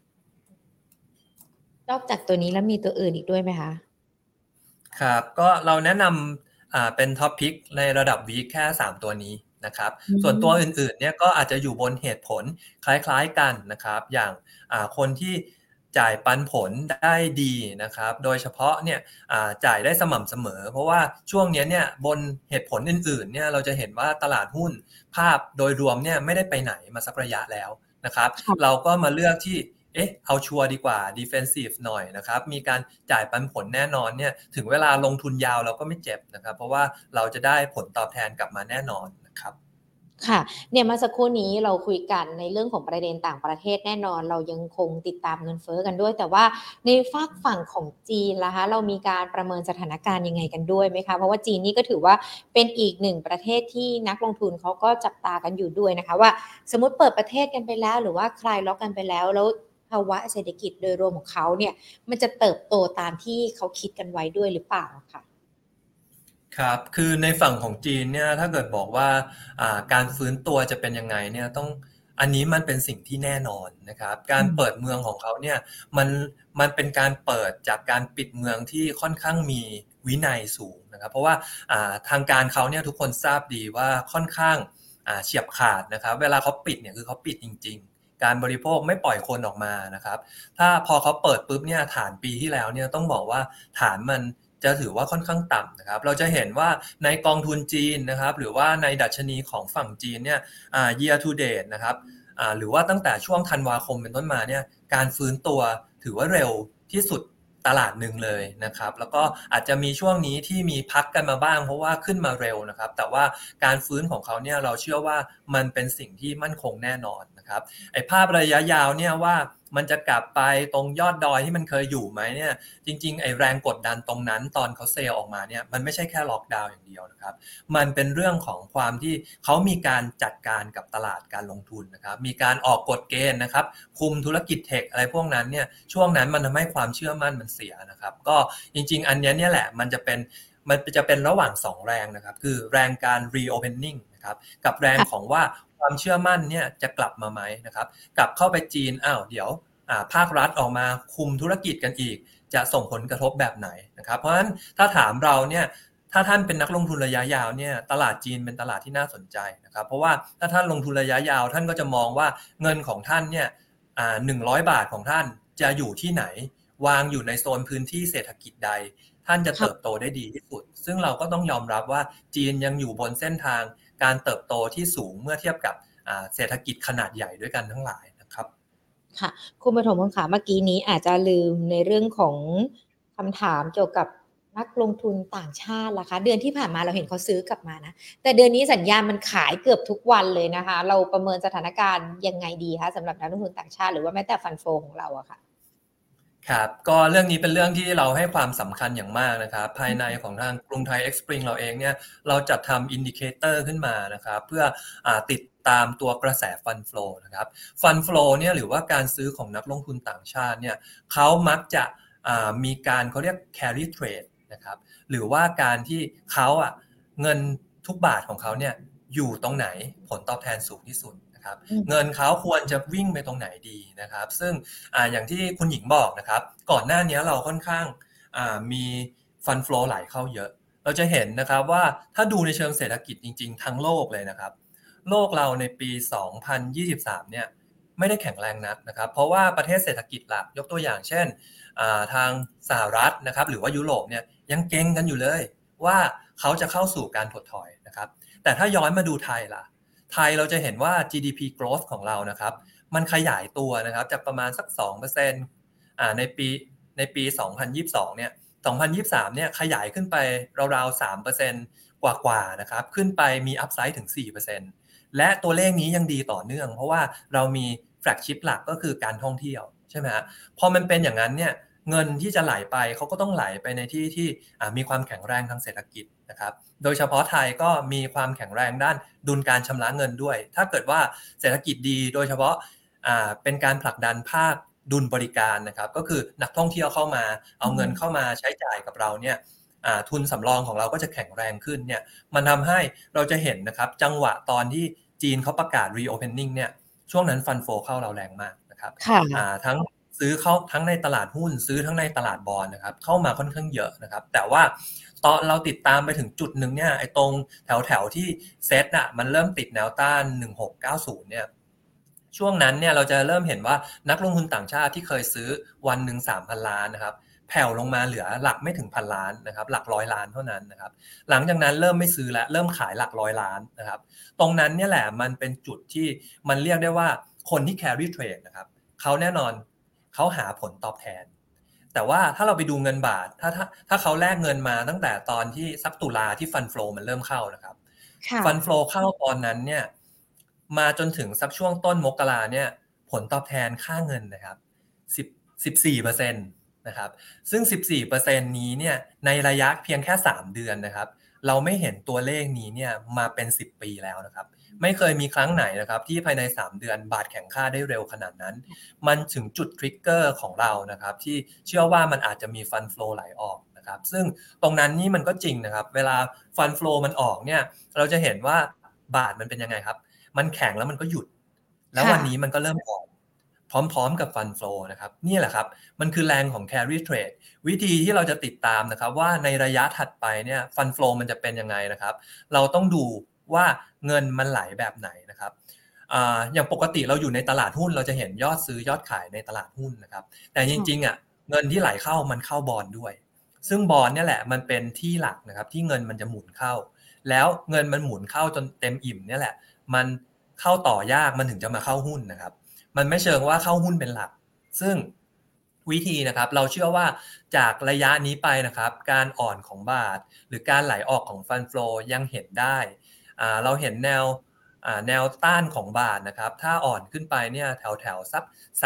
นอกจากตัวนี้แล้วมีตัวอื่นอีกด้วยไหมคะครับก็เราแนะนำเป็นท็อปพิกในระดับวีคแค่3ตัวนี้นะครับอืส่วนตัวมอื่นๆเนี่ยก็อาจจะอยู่บนเหตุผลคล้ายๆกันนะครับอย่างคนที่จ่ายปันผลได้ดีนะครับโดยเฉพาะเนี่ยจ่ายได้สม่ำเสมอเพราะว่าช่วงนี้เนี่ยบนเหตุผลอื่นๆเนี่ยเราจะเห็นว่าตลาดหุ้นภาพโดยรวมเนี่ยไม่ได้ไปไหนมาสักระยะแล้วนะครับค่ะเราก็มาเลือกที่เอาชัวร์ดีกว่า defensive หน่อยนะครับมีการจ่ายปันผลแน่นอนเนี่ยถึงเวลาลงทุนยาวเราก็ไม่เจ็บนะครับเพราะว่าเราจะได้ผลตอบแทนกลับมาแน่นอนนะครับค่ะเนี่ยเมื่อสักครู่นี้เราคุยกันในเรื่องของประเด็นต่างประเทศแน่นอนเรายังคงติดตามเงินเฟ้อกันด้วยแต่ว่าในฝากฝั่งของจีนล่ะคะเรามีการประเมินสถานการณ์ยังไงกันด้วยไหมคะเพราะว่าจีนนี่ก็ถือว่าเป็นอีกหนึ่งประเทศที่นักลงทุนเขาก็จับตากันอยู่ด้วยนะคะว่าสมมุติเปิดประเทศกันไปแล้วหรือว่าคลายล็อกกันไปแล้วภาวะเศรษฐกิจโดยรวมของเขาเนี่ยมันจะเติบโตตามที่เขาคิดกันไว้ด้วยหรือเปล่าค่ะครับคือในฝั่งของจีนเนี่ยถ้าเกิดบอกว่าการฟื้นตัวจะเป็นยังไงเนี่ยต้องอันนี้มันเป็นสิ่งที่แน่นอนนะครับการเปิดเมืองของเขาเนี่ยมันมันเป็นการเปิดจากการปิดเมืองที่ค่อนข้างมีวินัยสูงนะครับเพราะว่าทางการเขาเนี่ยทุกคนทราบดีว่าค่อนข้างเฉียบขาดนะครับเวลาเขาปิดเนี่ยคือเขาปิดจริงๆการบริโภคไม่ปล่อยคนออกมานะครับถ้าพอเขาเปิดปุ๊บเนี่ยฐานปีที่แล้วเนี่ยต้องบอกว่าฐานมันจะถือว่าค่อนข้างต่ำนะครับเราจะเห็นว่าในกองทุนจีนนะครับหรือว่าในดัชนีของฝั่งจีนเนี่ยyear to date นะครับหรือว่าตั้งแต่ช่วงธันวาคมเป็นต้นมาเนี่ยการฟื้นตัวถือว่าเร็วที่สุดตลาดหนึ่งเลยนะครับแล้วก็อาจจะมีช่วงนี้ที่มีพักกันมาบ้างเพราะว่าขึ้นมาเร็วนะครับแต่ว่าการฟื้นของเขาเนี่ยเราเชื่อว่ามันเป็นสิ่งที่มั่นคงแน่นอนนะครับไอ้ภาพระยะยาวเนี่ยว่ามันจะกลับไปตรงยอดดอยที่มันเคยอยู่ไหมเนี่ยจริงๆไอ้แรงกดดันตรงนั้นตอนเขาเซลล์ออกมาเนี่ยมันไม่ใช่แค่ล็อกดาวน์อย่างเดียวนะครับมันเป็นเรื่องของความที่เขามีการจัดการกับตลาดการลงทุนนะครับมีการออกกฎเกณฑ์นะครับคุมธุรกิจเทคอะไรพวกนั้นเนี่ยช่วงนั้นมันทำให้ความเชื่อมั่นมันเสียนะครับก็จริงๆอันนี้เนี่ยแหละมันจะเป็นระหว่าง2แรงนะครับคือแรงการ reopening นะครับกับแรงของว่าความเชื่อมั่นเนี่ยจะกลับมาไหมนะครับกลับเข้าไปจีนเดี๋ยวภาครัฐออกมาคุมธุรกิจกันอีกจะส่งผลกระทบแบบไหนนะครับเพราะฉะนั้นถ้าถามเราเนี่ยถ้าท่านเป็นนักลงทุนระยะยาวเนี่ยตลาดจีนเป็นตลาดที่น่าสนใจนะครับเพราะว่าถ้าท่านลงทุนระยะยาวท่านก็จะมองว่าเงินของท่านเนี่ย100 บาทของท่านจะอยู่ที่ไหนวางอยู่ในโซนพื้นที่เศรษฐกิจใดท่านจะเติบโตได้ดีที่สุดซึ่งเราก็ต้องยอมรับว่าจีนยังอยู่บนเส้นทางการเติบโตที่สูงเมื่อเทียบกับเศรษฐกิจขนาดใหญ่ด้วยกันทั้งหลายนะครับค่ะคุณปฐมพงษ์ขาเมื่อกี้นี้อาจจะลืมในเรื่องของคำถามเกี่ยวกับนักลงทุนต่างชาติล่ะคะเดือนที่ผ่านมาเราเห็นเขาซื้อกลับมานะแต่เดือนนี้สัญญาณมันขายเกือบทุกวันเลยนะคะเราประเมินสถานการณ์ยังไงดีคะสำหรับนักลงทุนต่างชาติหรือว่าแม้แต่ฟันโฟของเราอะค่ะครับก็เรื่องนี้เป็นเรื่องที่เราให้ความสำคัญอย่างมากนะครับภายในของทางกรุงไทย Xpring เราเองเนี่ยเราจัดทำอินดิเคเตอร์ขึ้นมานะครับเพื่อติดตามตัวกระแสฟัน flow นะครับฟัน flow เนี่ยหรือว่าการซื้อของนักลงทุนต่างชาติเนี่ยเขามักจะมีการเขาเรียก carry trade นะครับหรือว่าการที่เขาเงินทุกบาทของเขาเนี่ยอยู่ตรงไหนผลตอบแทนสูงที่สุดนะครับอืมเงินเขาควรจะวิ่งไปตรงไหนดีนะครับซึ่ง อย่างที่คุณหญิงบอกนะครับก่อนหน้านี้เราค่อนข้างมีฟัน flow ไหลเข้าเยอะเราจะเห็นนะครับว่าถ้าดูในเชิงเศรษฐกิจจริงๆทั้งโลกเลยนะครับโลกเราในปี 2023 เนี่ยไม่ได้แข็งแรงนักนะครับเพราะว่าประเทศเศรษฐกิจหลักยกตัวอย่างเช่นทางสหรัฐนะครับหรือว่ายุโรปเนี่ยยังเก่งกันอยู่เลยว่าเขาจะเข้าสู่การถดถอยนะครับแต่ถ้าย้อนมาดูไทยล่ะไทยเราจะเห็นว่า GDP growth ของเรานะครับ มันขยายตัวนะครับจากประมาณสัก 2% ในปี 2022 เนี่ย 2023 เนี่ยขยายขึ้นไปราวๆ 3%กว่าๆนะครับขึ้นไปมีอัพไซด์ถึง 4%และตัวเลขนี้ยังดีต่อเนื่องเพราะว่าเรามีแฟลกชิพหลักก็คือการท่องเที่ยวใช่ไหมฮะพอมันเป็นอย่างนั้นเนี่ยเงินที่จะไหลไปเขาก็ต้องไหลไปในที่ที่มีความแข็งแรงทางเศรษฐกิจนะครับโดยเฉพาะไทยก็มีความแข็งแรงด้านดุลการชำระเงินด้วยถ้าเกิดว่าเศรษฐกิจดีโดยเฉพาะเป็นการผลักดันภาคดุลบริการนะครับก็คือนักท่องเที่ยวเข้ามาเอาเงินเข้ามาใช้จ่ายกับเราเนี่ยทุนสำรองของเราก็จะแข็งแรงขึ้นเนี่ยมันทำให้เราจะเห็นนะครับจังหวะตอนที่จีนเขาประกาศ reopening เนี่ยช่วงนั้นฟันโฟเข้าเราแรงมากนะครับค่ะทั้งซื้อเข้าทั้งในตลาดหุ้นซื้อทั้งในตลาดบอนด์นะครับเข้ามาค่อนข้างเยอะนะครับแต่ว่าตอนเราติดตามไปถึงจุดหนึ่งเนี่ยไอ้ตรงแถวที่เซ็ตอ่ะมันเริ่มติดแนวต้าน1690เนี่ยช่วงนั้นเนี่ยเราจะเริ่มเห็นว่านักลงทุนต่างชาติที่เคยซื้อวันหนึ่ง 3,000 ล้านนะครับแผ่วลงมาเหลือหลักไม่ถึงพันล้านนะครับหลักร้อยล้านเท่านั้นนะครับหลังจากนั้นเริ่มไม่ซื้อแล้วเริ่มขายหลักร้อยล้านนะครับตรงนั้นเนี่ยแหละมันเป็นจุดที่มันเรียกได้ว่าคนที่ carry trade นะครับเขาแน่นอนเขาหาผลตอบแทนแต่ว่าถ้าเราไปดูเงินบาทถ้าเขาแลกเงินมาตั้งแต่ตอนที่สักตุลาที่ฟันโฟลมันเริ่มเข้านะครับฟันโฟลเข้าตอนนั้นเนี่ยมาจนถึงสักช่วงต้นมกราเนี่ยผลตอบแทนค่าเงินนะครับ14%นะครับซึ่ง 14% นี้เนี่ยในระยะเพียงแค่3เดือนนะครับเราไม่เห็นตัวเลขนี้เนี่ยมาเป็น10ปีแล้วนะครับไม่เคยมีครั้งไหนนะครับที่ภายใน3เดือนบาทแข็งค่าได้เร็วขนาดนั้นมันถึงจุดทริกเกอร์ของเรานะครับที่เชื่อว่ามันอาจจะมีฟันโฟลไหลออกนะครับซึ่งตรงนั้นนี่มันก็จริงนะครับเวลาฟันโฟลมันออกเนี่ยเราจะเห็นว่าบาทมันเป็นยังไงครับมันแข็งแล้วมันก็หยุดแล้ววันนี้มันก็เริ่มออกพร้อมๆกับฟันโฟลนะครับนี่แหละครับมันคือแรงของ carry trade วิธีที่เราจะติดตามนะครับว่าในระยะถัดไปเนี่ยฟันโฟลมันจะเป็นยังไงนะครับเราต้องดูว่าเงินมันไหลแบบไหนนะครับอย่างปกติเราอยู่ในตลาดหุ้นเราจะเห็นยอดซื้อยอดขายในตลาดหุ้นนะครับแต่จริงๆอ่ะเงินที่ไหลเข้ามันเข้าบอนด์ด้วยซึ่งบอนด์เนี่ยแหละมันเป็นที่หลักนะครับที่เงินมันจะหมุนเข้าแล้วเงินมันหมุนเข้าจนเต็มอิ่มเนี่ยแหละมันเข้าต่อยากมันถึงจะมาเข้าหุ้นนะครับมันไม่เชิงว่าเข้าหุ้นเป็นหลักซึ่งวิธีนะครับเราเชื่อว่าจากระยะนี้ไปนะครับการอ่อนของบาทหรือการไหลออกของฟันโฟลยังเห็นได้เราเห็นแนวต้านของบาทนะครับถ้าอ่อนขึ้นไปเนี่ยแถวสัก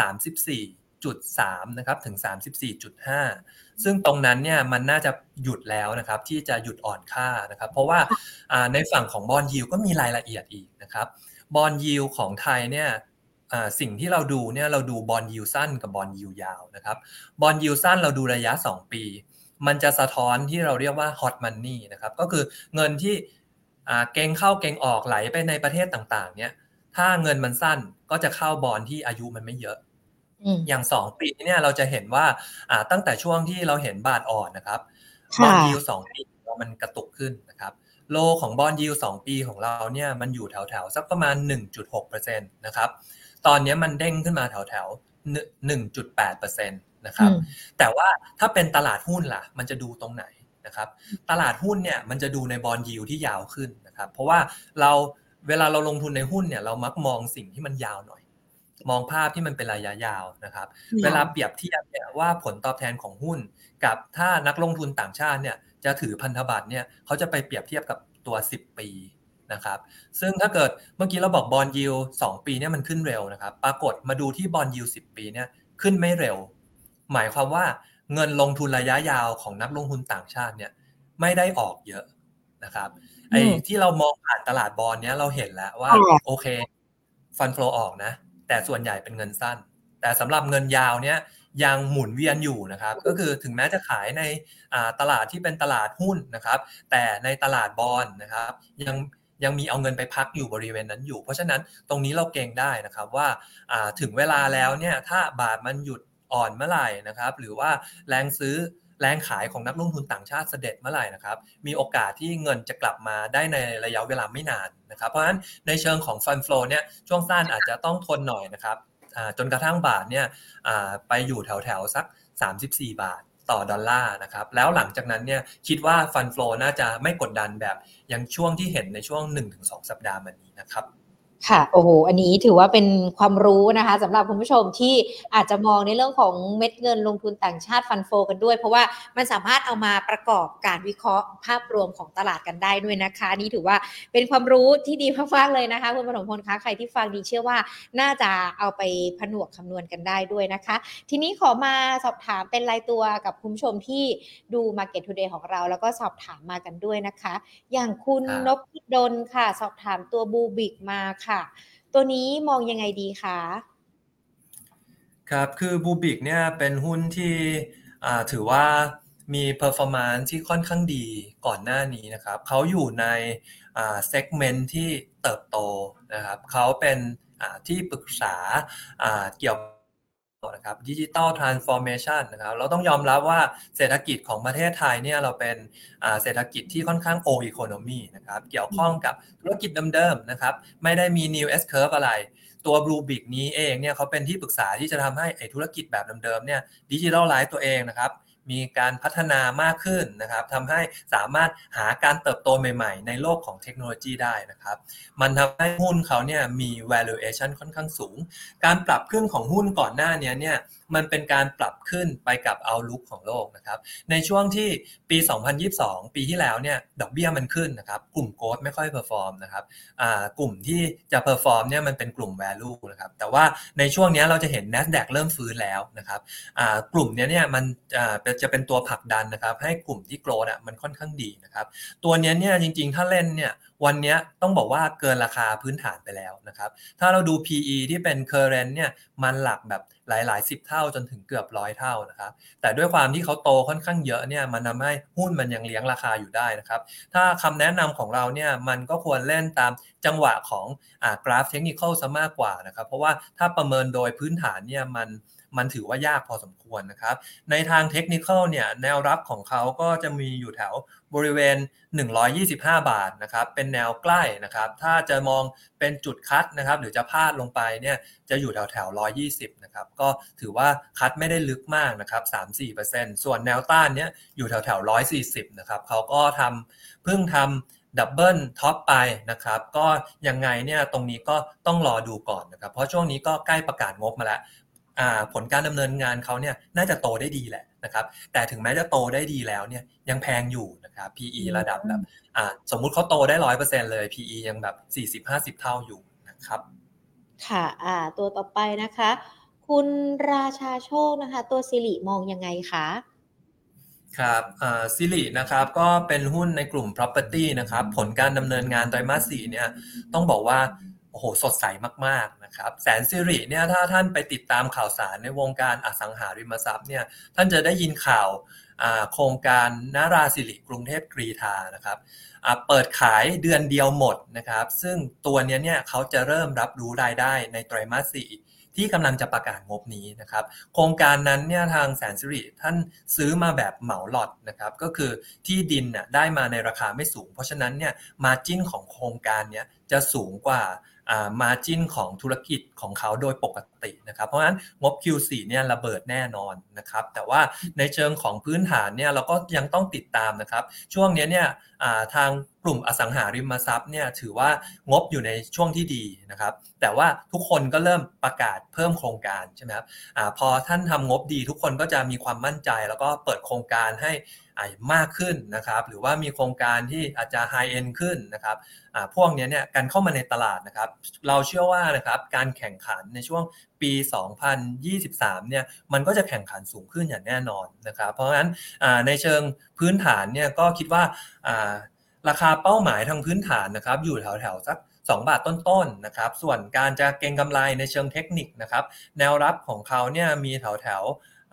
34.3นะครับถึง34.5ซึ่งตรงนั้นเนี่ยมันน่าจะหยุดแล้วนะครับที่จะหยุดอ่อนค่านะครับเพราะว่าในฝั่งของบอนด์ยิลด์ก็มีรายละเอียดอีกนะครับบอนด์ยิลด์ของไทยเนี่ยสิ่งที่เราดูเนี่ยเราดูบอนด์ยิลด์สั้นกับบอนด์ยิลด์ยาวนะครับบอนด์ยิลด์สั้นเราดูระยะ2ปีมันจะสะท้อนที่เราเรียกว่า hot money นะครับก็คือเงินที่เก็งเข้าเก็งออกไหลไปในประเทศต่างๆเนี่ยถ้าเงินมันสั้นก็จะเข้าบอนด์ที่อายุมันไม่เยอะอย่าง2ปีเนี่ยเราจะเห็นว่าตั้งแต่ช่วงที่เราเห็นบาทอ่อนนะครับบอนด์ยิลด์2ปีมันกระตุกขึ้นนะครับโลของบอนด์ยิลด์2ปีของเราเนี่ยมันอยู่แถวๆสักประมาณ 1.6% นะครับตอนนี้มันเด้งขึ้นมาแถวๆ 1.8% นะครับแต่ว่าถ้าเป็นตลาดหุ้นล่ะมันจะดูตรงไหนนะครับตลาดหุ้นเนี่ยมันจะดูในบอนด์ยิลด์ที่ยาวขึ้นนะครับเพราะว่าเวลาเราลงทุนในหุ้นเนี่ยเรามักมองสิ่งที่มันยาวหน่อยมองภาพที่มันเป็นระยะยาวนะครับเวลาเปรียบเทียบเนี่ยว่าผลตอบแทนของหุ้นกับถ้านักลงทุนต่างชาติเนี่ยจะถือพันธบัตรเนี่ยเขาจะไปเปรียบเทียบกับตัว10ปีนะครับซึ่งถ้าเกิดเมื่อกี้เราบอกบอนด์ยิลด์2ปีเนี่ยมันขึ้นเร็วนะครับปรากฏมาดูที่บอนด์ยิลด์10ปีเนี่ยขึ้นไม่เร็วหมายความว่าเงินลงทุนระยะยาวของนักลงทุนต่างชาติเนี่ยไม่ได้ออกเยอะนะครับไอ้ที่เรามองผ่านตลาดบอนด์เนี้ยเราเห็นแล้วว่าโอเคฟันโฟลออกนะแต่ส่วนใหญ่เป็นเงินสั้นแต่สำหรับเงินยาวเนี้ยยังหมุนเวียนอยู่นะครับก็คือถึงแม้จะขายในตลาดที่เป็นตลาดหุ้นนะครับแต่ในตลาดบอนด์นะครับยังมีเอาเงินไปพักอยู่บริเวณนั้นอยู่เพราะฉะนั้นตรงนี้เราเก็งได้นะครับว่าถึงเวลาแล้วเนี่ยถ้าบาทมันหยุดอ่อนเมื่อไหร่นะครับหรือว่าแรงซื้อแรงขายของนักลงทุนต่างชาติเสด็จเมื่อไหร่นะครับมีโอกาสที่เงินจะกลับมาได้ในระยะเวลาไม่นานนะครับเพราะฉะนั้นในเชิงของฟันโฟลเนี่ยช่วงสั้นอาจจะต้องทนหน่อยนะครับจนกระทั่งบาทเนี่ยไปอยู่แถวๆสัก34บาทต่อดอลลาร์นะครับแล้วหลังจากนั้นเนี่ยคิดว่าฟันโฟลน่าจะไม่กดดันแบบอย่างช่วงที่เห็นในช่วง 1-2 สัปดาห์มานี้นะครับค่ะโอ้โหอันนี้ถือว่าเป็นความรู้นะคะสำหรับคุณผู้ชมที่อาจจะมองในเรื่องของเม็ดเงินลงทุนต่างชาติฟันโฟกันด้วยเพราะว่ามันสามารถเอามาประกอบการวิเคราะห์ภาพรวมของตลาดกันได้ด้วยนะคะนี่ถือว่าเป็นความรู้ที่ดีมากๆเลยนะคะคุณปฐมพลคะใครที่ฟังดีเชื่อว่าน่าจะเอาไปผนวกคำนวณกันได้ด้วยนะคะทีนี้ขอมาสอบถามเป็นรายตัวกับคุณผู้ชมที่ดู Market Today ของเราแล้วก็สอบถามมากันด้วยนะคะอย่างคุณนพดลค่ะสอบถามตัวบูบิกมาค่ะตัวนี้มองยังไงดีคะครับคือบูบิกเนี่ยเป็นหุ้นที่ถือว่ามี performance ที่ค่อนข้างดีก่อนหน้านี้นะครับเขาอยู่ในsegment ที่เติบโตนะครับเขาเป็นที่ปรึกษาเกี่ยวนะครับ Digital Transformation นะครับเราต้องยอมรับว่าเศรษฐกิจของประเทศไทยเนี่ยเราเป็นเศรษฐกิจที่ค่อนข้าง old economy นะครับเกี่ยวข้องกับธุรกิจเดิมๆนะครับไม่ได้มี new S curve อะไรตัว Bluebiq นี้เองเนี่ยเขาเป็นที่ปรึกษาที่จะทำให้ธุรกิจแบบเดิมๆเนี่ย Digitalize ตัวเองนะครับมีการพัฒนามากขึ้นนะครับทำให้สามารถหาการเติบโตใหม่ๆในโลกของเทคโนโลยีได้นะครับมันทำให้หุ้นเขาเนี่ยมี valuation ค่อนข้างสูงการปรับขึ้นของหุ้นก่อนหน้านี้เนี่ยมันเป็นการปรับขึ้นไปกับ outlook ของโลกนะครับในช่วงที่ปี 2022 ปีที่แล้วเนี่ยดอกเบี้ยมันขึ้นนะครับกลุ่ม growth ไม่ค่อย perform นะครับกลุ่มที่จะ perform เนี่ยมันเป็นกลุ่ม value นะครับแต่ว่าในช่วงนี้เราจะเห็น NASDAQ เริ่มฟื้นแล้วนะครับกลุ่มนี้เนี่ยมันจะเป็นตัวผลักดันนะครับให้กลุ่มที่ growth มันค่อนข้างดีนะครับตัวนี้เนี่ยจริงๆถ้าเล่นเนี่ยวันนี้ต้องบอกว่าเกินราคาพื้นฐานไปแล้วนะครับถ้าเราดู PE ที่เป็น current เนี่ยมันหลักแบบหลายๆ10เท่าจนถึงเกือบ100เท่านะครับแต่ด้วยความที่เขาโตค่อนข้างเยอะเนี่ยมันทำให้หุ้นมันยังเลี้ยงราคาอยู่ได้นะครับถ้าคำแนะนำของเราเนี่ยมันก็ควรเล่นตามจังหวะของกราฟเทคนิคอลซะมากกว่านะครับเพราะว่าถ้าประเมินโดยพื้นฐานเนี่ยมันถือว่ายากพอสมควรนะครับในทางเทคนิคอลเนี่ยแนวรับของเขาก็จะมีอยู่แถวบริเวณ125 บาทนะครับเป็นแนวใกล้นะครับถ้าจะมองเป็นจุดคัดนะครับหรือจะพลาดลงไปเนี่ยจะอยู่แถว120นะครับก็ถือว่าคัดไม่ได้ลึกมากนะครับ 3-4% ส่วนแนวต้านเนี้ยอยู่แถว140นะครับเขาก็เพิ่งทำดับเบิลท็อปไปนะครับก็ยังไงเนี่ยตรงนี้ก็ต้องรอดูก่อนนะครับเพราะช่วงนี้ก็ใกล้ประกาศงบมาแล้วผลการดำเนินงานเขาเนี่ยน่าจะโตได้ดีแหละนะครับแต่ถึงแม้จะโตได้ดีแล้วเนี่ยยังแพงอยู่นะครับ PE ระดับแบบสมมุติเขาโตได้ 100% เลย PE ยังแบบ 40-50 เท่าอยู่นะครับค่ะตัวต่อไปนะคะคุณราชาโชคนะคะตัวสิริมองยังไงคะครับซิรินะครับก็เป็นหุ้นในกลุ่ม property นะครับผลการดำเนินงานไตรมาส 4เนี่ยต้องบอกว่าโอ้โหสดใสมากๆนะครับแสนสิริเนี่ยถ้าท่านไปติดตามข่าวสารในวงการอสังหาริมทรัพย์เนี่ยท่านจะได้ยินข่าวโครงการนาราสิริกรุงเทพกรีฑานะครับเปิดขายเดือนเดียวหมดนะครับซึ่งตัวนี้เนี่ยเขาจะเริ่มรับรู้รายได้ในไตรมาส 4ที่กำลังจะประกาศงบนี้นะครับโครงการนั้นเนี่ยทางแสนสิริท่านซื้อมาแบบเหมาล็อตนะครับก็คือที่ดินน่ะได้มาในราคาไม่สูงเพราะฉะนั้นเนี่ยมาร์จิ้นของโครงการเนี้ยจะสูงกว่ามาร์จิ้นของธุรกิจของเขาโดยปกตินะครับเพราะฉะนั้นงบ Q4 เนี่ยระเบิดแน่นอนนะครับแต่ว่าในเชิงของพื้นฐานเนี่ยเราก็ยังต้องติดตามนะครับช่วงนี้เนี่ยทางกลุ่มอสังหาริมทรัพย์เนี่ยถือว่างบอยู่ในช่วงที่ดีนะครับแต่ว่าทุกคนก็เริ่มประกาศเพิ่มโครงการใช่ไหมครับพอท่านทำงบดีทุกคนก็จะมีความมั่นใจแล้วก็เปิดโครงการให้มากขึ้นนะครับหรือว่ามีโครงการที่อาจจะไฮเอนด์ขึ้นนะครับพวกนี้เนี่ยการเข้ามาในตลาดนะครับเราเชื่อว่านะครับการแข่งขันในช่วงปี 2023 เนี่ยมันก็จะแข่งขันสูงขึ้นอย่างแน่นอนนะครับเพราะฉะนั้นในเชิงพื้นฐานเนี่ยก็คิดว่าราคาเป้าหมายทางพื้นฐานนะครับอยู่แถวๆสัก2 บาทต้นๆนะครับส่วนการจะเก็งกำไรในเชิงเทคนิคนะครับแนวรับของเขาเนี่ยมีแถว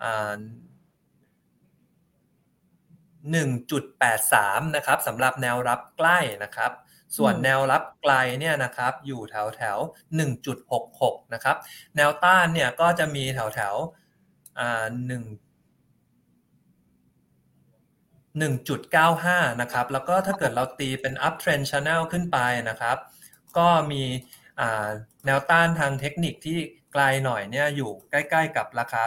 1.83 นะครับสำหรับแนวรับใกล้นะครับส่วนแนวรับไกลเนี่ยนะครับอยู่แถว1.66 นะครับแนวต้านเนี่ยก็จะมีแถว1.95 นะครับแล้วก็ถ้าเกิดเราตีเป็น up trend channel ขึ้นไปนะครับก็มีแนวต้านทางเทคนิคที่ไกลหน่อยเนี่ยอยู่ใกล้ๆกับราคา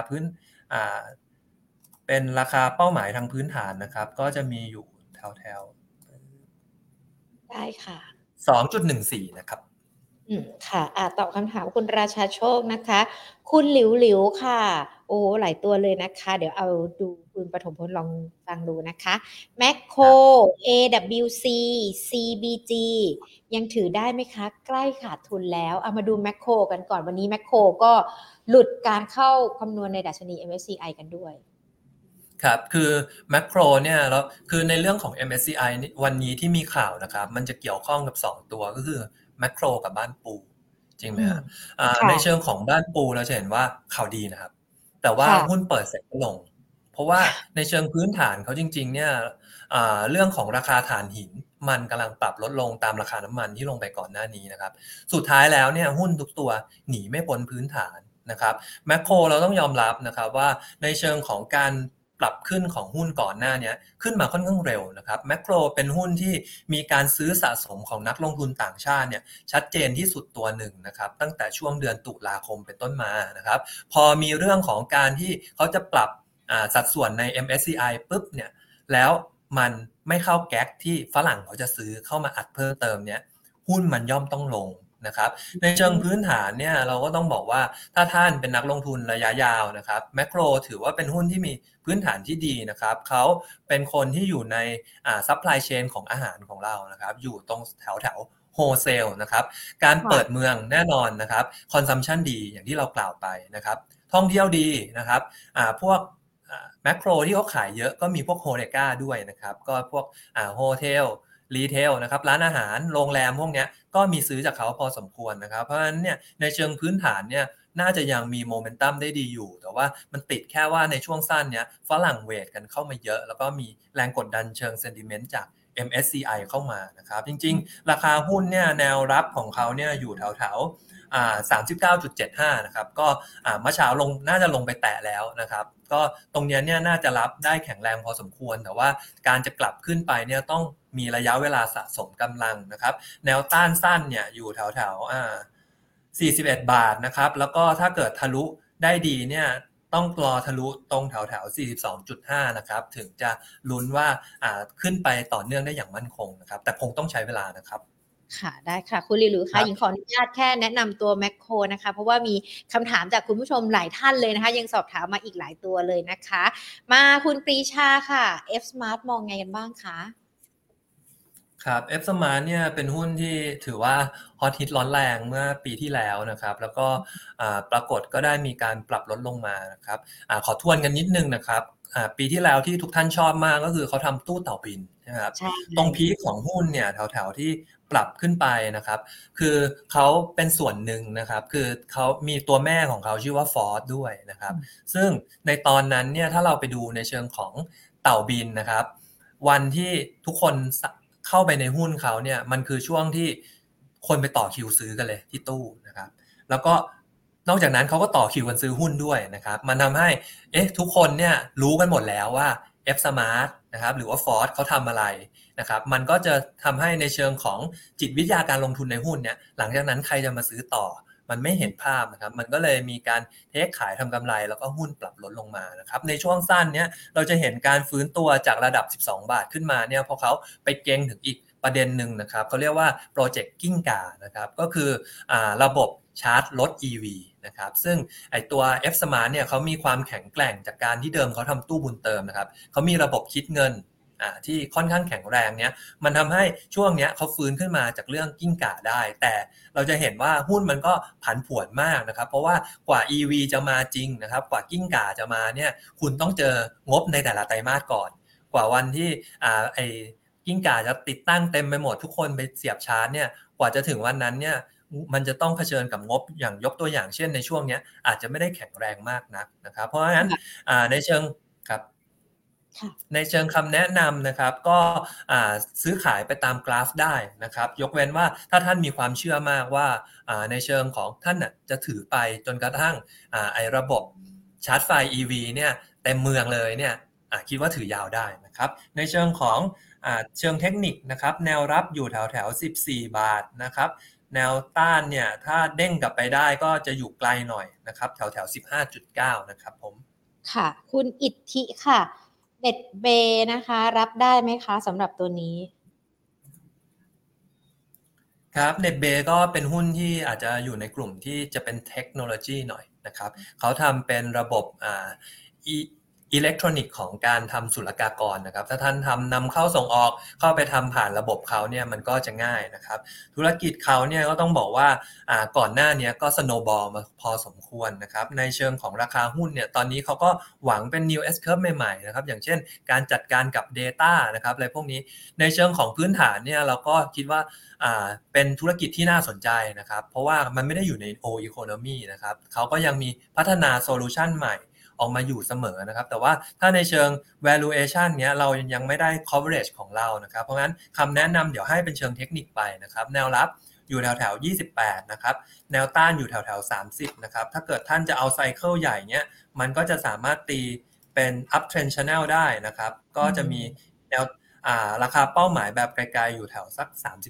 เป็นราคาเป้าหมายทางพื้นฐานนะครับก็จะมีอยู่แถวได้ค่ะ 2.14 นะครับค่ะตอบคำถามคุณราชาโชคนะคะคุณหลิวหลิวค่ะโอ้หลายตัวเลยนะคะเดี๋ยวเอาดูคุณปฐมพลลองฟังดูนะคะแมคโคร AWC CBG ยังถือได้ไหมคะใกล้ขาดทุนแล้วเอามาดูแมคโครกันก่อนวันนี้แมคโครก็หลุดการเข้าคำนวณในดัชนี MSCI กันด้วยครับคือแมคโครเนี่ยแล้วคือในเรื่องของ MSCI วันนี้ที่มีข่าวนะครับมันจะเกี่ยวข้องกับ2ตัวก็คือแมคโครกับบ้านปูจริงไหมฮะในค่ะเชิงของบ้านปูเราจะเห็นว่าข่าวดีนะครับแต่ว่าหุ้นเปิดเสร็จก็ลงเพราะว่าในเชิงพื้นฐานเขาจริงๆเนี่ยเรื่องของราคาถ่านหินมันกำลังปรับลดลงตามราคาน้ำมันที่ลงไปก่อนหน้านี้นะครับสุดท้ายแล้วเนี่ยหุ้นทุกตัวหนีไม่พ้นพื้นฐานนะครับแมคโครเราต้องยอมรับนะครับว่าในเชิงของการปรับขึ้นของหุ้นก่อนหน้านี้ขึ้นมาค่อนข้างเร็วนะครับแมคโครเป็นหุ้นที่มีการซื้อสะสมของนักลงทุนต่างชาติเนี่ยชัดเจนที่สุดตัวหนึ่งนะครับตั้งแต่ช่วงเดือนตุลาคมเป็นต้นมานะครับพอมีเรื่องของการที่เขาจะปรับสัดส่วนใน MSCI ปุ๊บเนี่ยแล้วมันไม่เข้าแก๊กที่ฝรั่งเขาจะซื้อเข้ามาอัดเพิ่มเติมเนี่ยหุ้นมันย่อมต้องลงนะครับในเชิงพื้นฐานเนี่ยเราก็ต้องบอกว่าถ้าท่านเป็นนักลงทุนระยะยาวนะครับแมคโครถือว่าเป็นหุ้นที่มีพื้นฐานที่ดีนะครับเขาเป็นคนที่อยู่ในซัพพลายเชนของอาหารของเรานะครับอยู่ตรงแถวแถวโฮเซลนะครับการเปิดเมืองแน่นอนนะครับคอนซัมชันดีอย่างที่เรากล่าวไปนะครับท่องเที่ยวดีนะครับพวกแมคโครที่เขาขายเยอะก็มีพวกโฮเรกาด้วยนะครับก็พวกโฮเทลรีเทลนะครับร้านอาหารโรงแรมพวกนี้ก็มีซื้อจากเขาพอสมควรนะครับเพราะฉะนั้นเนี่ยในเชิงพื้นฐานเนี่ยน่าจะยังมีโมเมนตัมได้ดีอยู่แต่ว่ามันติดแค่ว่าในช่วงสั้นเนี้ยฝรั่งเวทกันเข้ามาเยอะแล้วก็มีแรงกดดันเชิงเซนติเมนต์จาก MSCI เข้ามานะครับจริงๆราคาหุ้นเนี่ยแนวรับของเขาเนี่ยอยู่แถวๆ39.75นะครับก็เมื่อเช้าลงน่าจะลงไปแตะแล้วนะครับก็ตรงนี้เนี่ยน่าจะรับได้แข็งแรงพอสมควรแต่ว่าการจะกลับขึ้นไปเนี่ยต้องมีระยะเวลาสะสมกำลังนะครับแนวต้านสั้นเนี่ยอยู่แถวๆ41 บาทนะครับแล้วก็ถ้าเกิดทะลุได้ดีเนี่ยต้องรอทะลุตรงแถวๆ42.5นะครับถึงจะลุ้นว่าขึ้นไปต่อเนื่องได้อย่างมั่นคงนะครับแต่คงต้องใช้เวลานะครับค่ะได้ค่ะคุณลีหรือคะหญิงขออนุญาตแค่แนะนำตัวแมคโครนะคะเพราะว่ามีคำถามจากคุณผู้ชมหลายท่านเลยนะคะยังสอบถามมาอีกหลายตัวเลยนะคะมาคุณปรีชาค่ะ F Smart มองไงกันบ้างคะครับ F Smart เนี่ยเป็นหุ้นที่ถือว่าฮอตฮิตร้อนแรงเมื่อปีที่แล้วนะครับแล้วก็ปรากฏก็ได้มีการปรับลดลงมานะครับขอทวนกันนิดนึงนะครับปีที่แล้วที่ทุกท่านชอบมากก็คือเขาทำตู้เต่าบินนะครับใช่ตรงพีคของหุ้นเนี่ยแถวๆที่ปรับขึ้นไปนะครับคือเขาเป็นส่วนหนึ่งนะครับคือเขามีตัวแม่ของเขาชื่อว่า Ford ด้วยนะครับซึ่งในตอนนั้นเนี่ยถ้าเราไปดูในเชิงของเต่าบินนะครับวันที่ทุกคนเข้าไปในหุ้นเขาเนี่ยมันคือช่วงที่คนไปต่อคิวซื้อกันเลยที่ตู้นะครับแล้วก็นอกจากนั้นเขาก็ต่อคิวกันซื้อหุ้นด้วยนะครับมันทำให้ทุกคนเนี่ยรู้กันหมดแล้วว่า F Smart นะครับหรือว่า Ford เขาทำอะไรนะครับมันก็จะทำให้ในเชิงของจิตวิทยาการลงทุนในหุ้นเนี่ยหลังจากนั้นใครจะมาซื้อต่อมันไม่เห็นภาพนะครับมันก็เลยมีการเทคขายทำกำไรแล้วก็หุ้นปรับลดลงมานะครับในช่วงสั้นเนี้ยเราจะเห็นการฟื้นตัวจากระดับ12 บาทขึ้นมาเนี่ยพอเขาไปเก็งถึงอีกประเด็นหนึ่งนะครับเขาเรียกว่าโปรเจกต์กิ้งก่านะครับก็คือระบบชาร์จรถ EV นะครับซึ่งไอตัว F Smart เนี่ยเขามีความแข็งแกร่งจากการที่เดิมเขาทำตู้บุญเติมนะครับเขามีระบบคิดเงินที่ค่อนข้างแข็งแรงเนี่ยมันทำให้ช่วงนี้เขาฟื้นขึ้นมาจากเรื่องกิ้งก่าได้แต่เราจะเห็นว่าหุ้นมันก็ผันผวนมากนะครับเพราะว่ากว่า EV จะมาจริงนะครับกว่ากิ้งก่าจะมาเนี่ยคุณต้องเจองบในแต่ละไตรมาสก่อนกว่าวันที่ไอกิ้งก่าจะติดตั้งเต็มไปหมดทุกคนไปเสียบชาร์จเนี่ยกว่าจะถึงวันนั้นเนี่ยมันจะต้องเผชิญกับงบอย่างยกตัวอย่างเช่นในช่วงนี้อาจจะไม่ได้แข็งแรงมากนักนะครับเพราะฉะนั้นในเชิงครับในเชิงคำแนะนำนะครับก็ซื้อขายไปตามกราฟได้นะครับยกเว้นว่าถ้าท่านมีความเชื่อมากว่าในเชิงของท่านจะถือไปจนกระทั่งไอ้ระบบชาร์จไฟ EV เนี่ยเต็มเมืองเลยเนี่ยคิดว่าถือยาวได้นะครับในเชิงของเชิงเทคนิคนะครับแนวรับอยู่แถวแถว14 บาทนะครับแนวต้านเนี่ยถ้าเด้งกลับไปได้ก็จะอยู่ไกลหน่อยนะครับแถวแถว15.9นะครับผมค่ะคุณอิทธิค่ะเน็ตเบนะคะรับได้ไหมคะสำหรับตัวนี้ครับเน็ตเบก็เป็นหุ้นที่อาจจะอยู่ในกลุ่มที่จะเป็นเทคโนโลยีหน่อยนะครับเขาทำเป็นระบบอิเล็กทรอนิกส์ของการทำศุลกากรนะครับถ้าท่านทำนำเข้าส่งออกเข้าไปทำผ่านระบบเขาเนี่ยมันก็จะง่ายนะครับธุรกิจเขาเนี่ยก็ต้องบอกว่าก่อนหน้านี้ก็สโนว์บอลมาพอสมควรนะครับในเชิงของราคาหุ้นเนี่ยตอนนี้เขาก็หวังเป็น new S curve ใหม่ๆนะครับอย่างเช่นการจัดการกับ Data นะครับอะไรพวกนี้ในเชิงของพื้นฐานเนี่ยเราก็คิดว่าเป็นธุรกิจที่น่าสนใจนะครับเพราะว่ามันไม่ได้อยู่ใน old economy นะครับเขาก็ยังมีพัฒนาโซลูชันใหม่ออกมาอยู่เสมอนะครับแต่ว่าถ้าในเชิง valuation เนี้ยเรายังไม่ได้ coverage ของเรานะครับเพราะงั้นคำแนะนำเดี๋ยวให้เป็นเชิงเทคนิคไปนะครับแนวรับอยู่แถวๆ28นะครับแนวต้านอยู่แถวๆ30นะครับถ้าเกิดท่านจะเอาไซเคิลใหญ่เนี้ยมันก็จะสามารถตีเป็น uptrend channel ได้นะครับก็จะมีแนวราคาเป้าหมายแบบไกลๆอยู่แถวสัก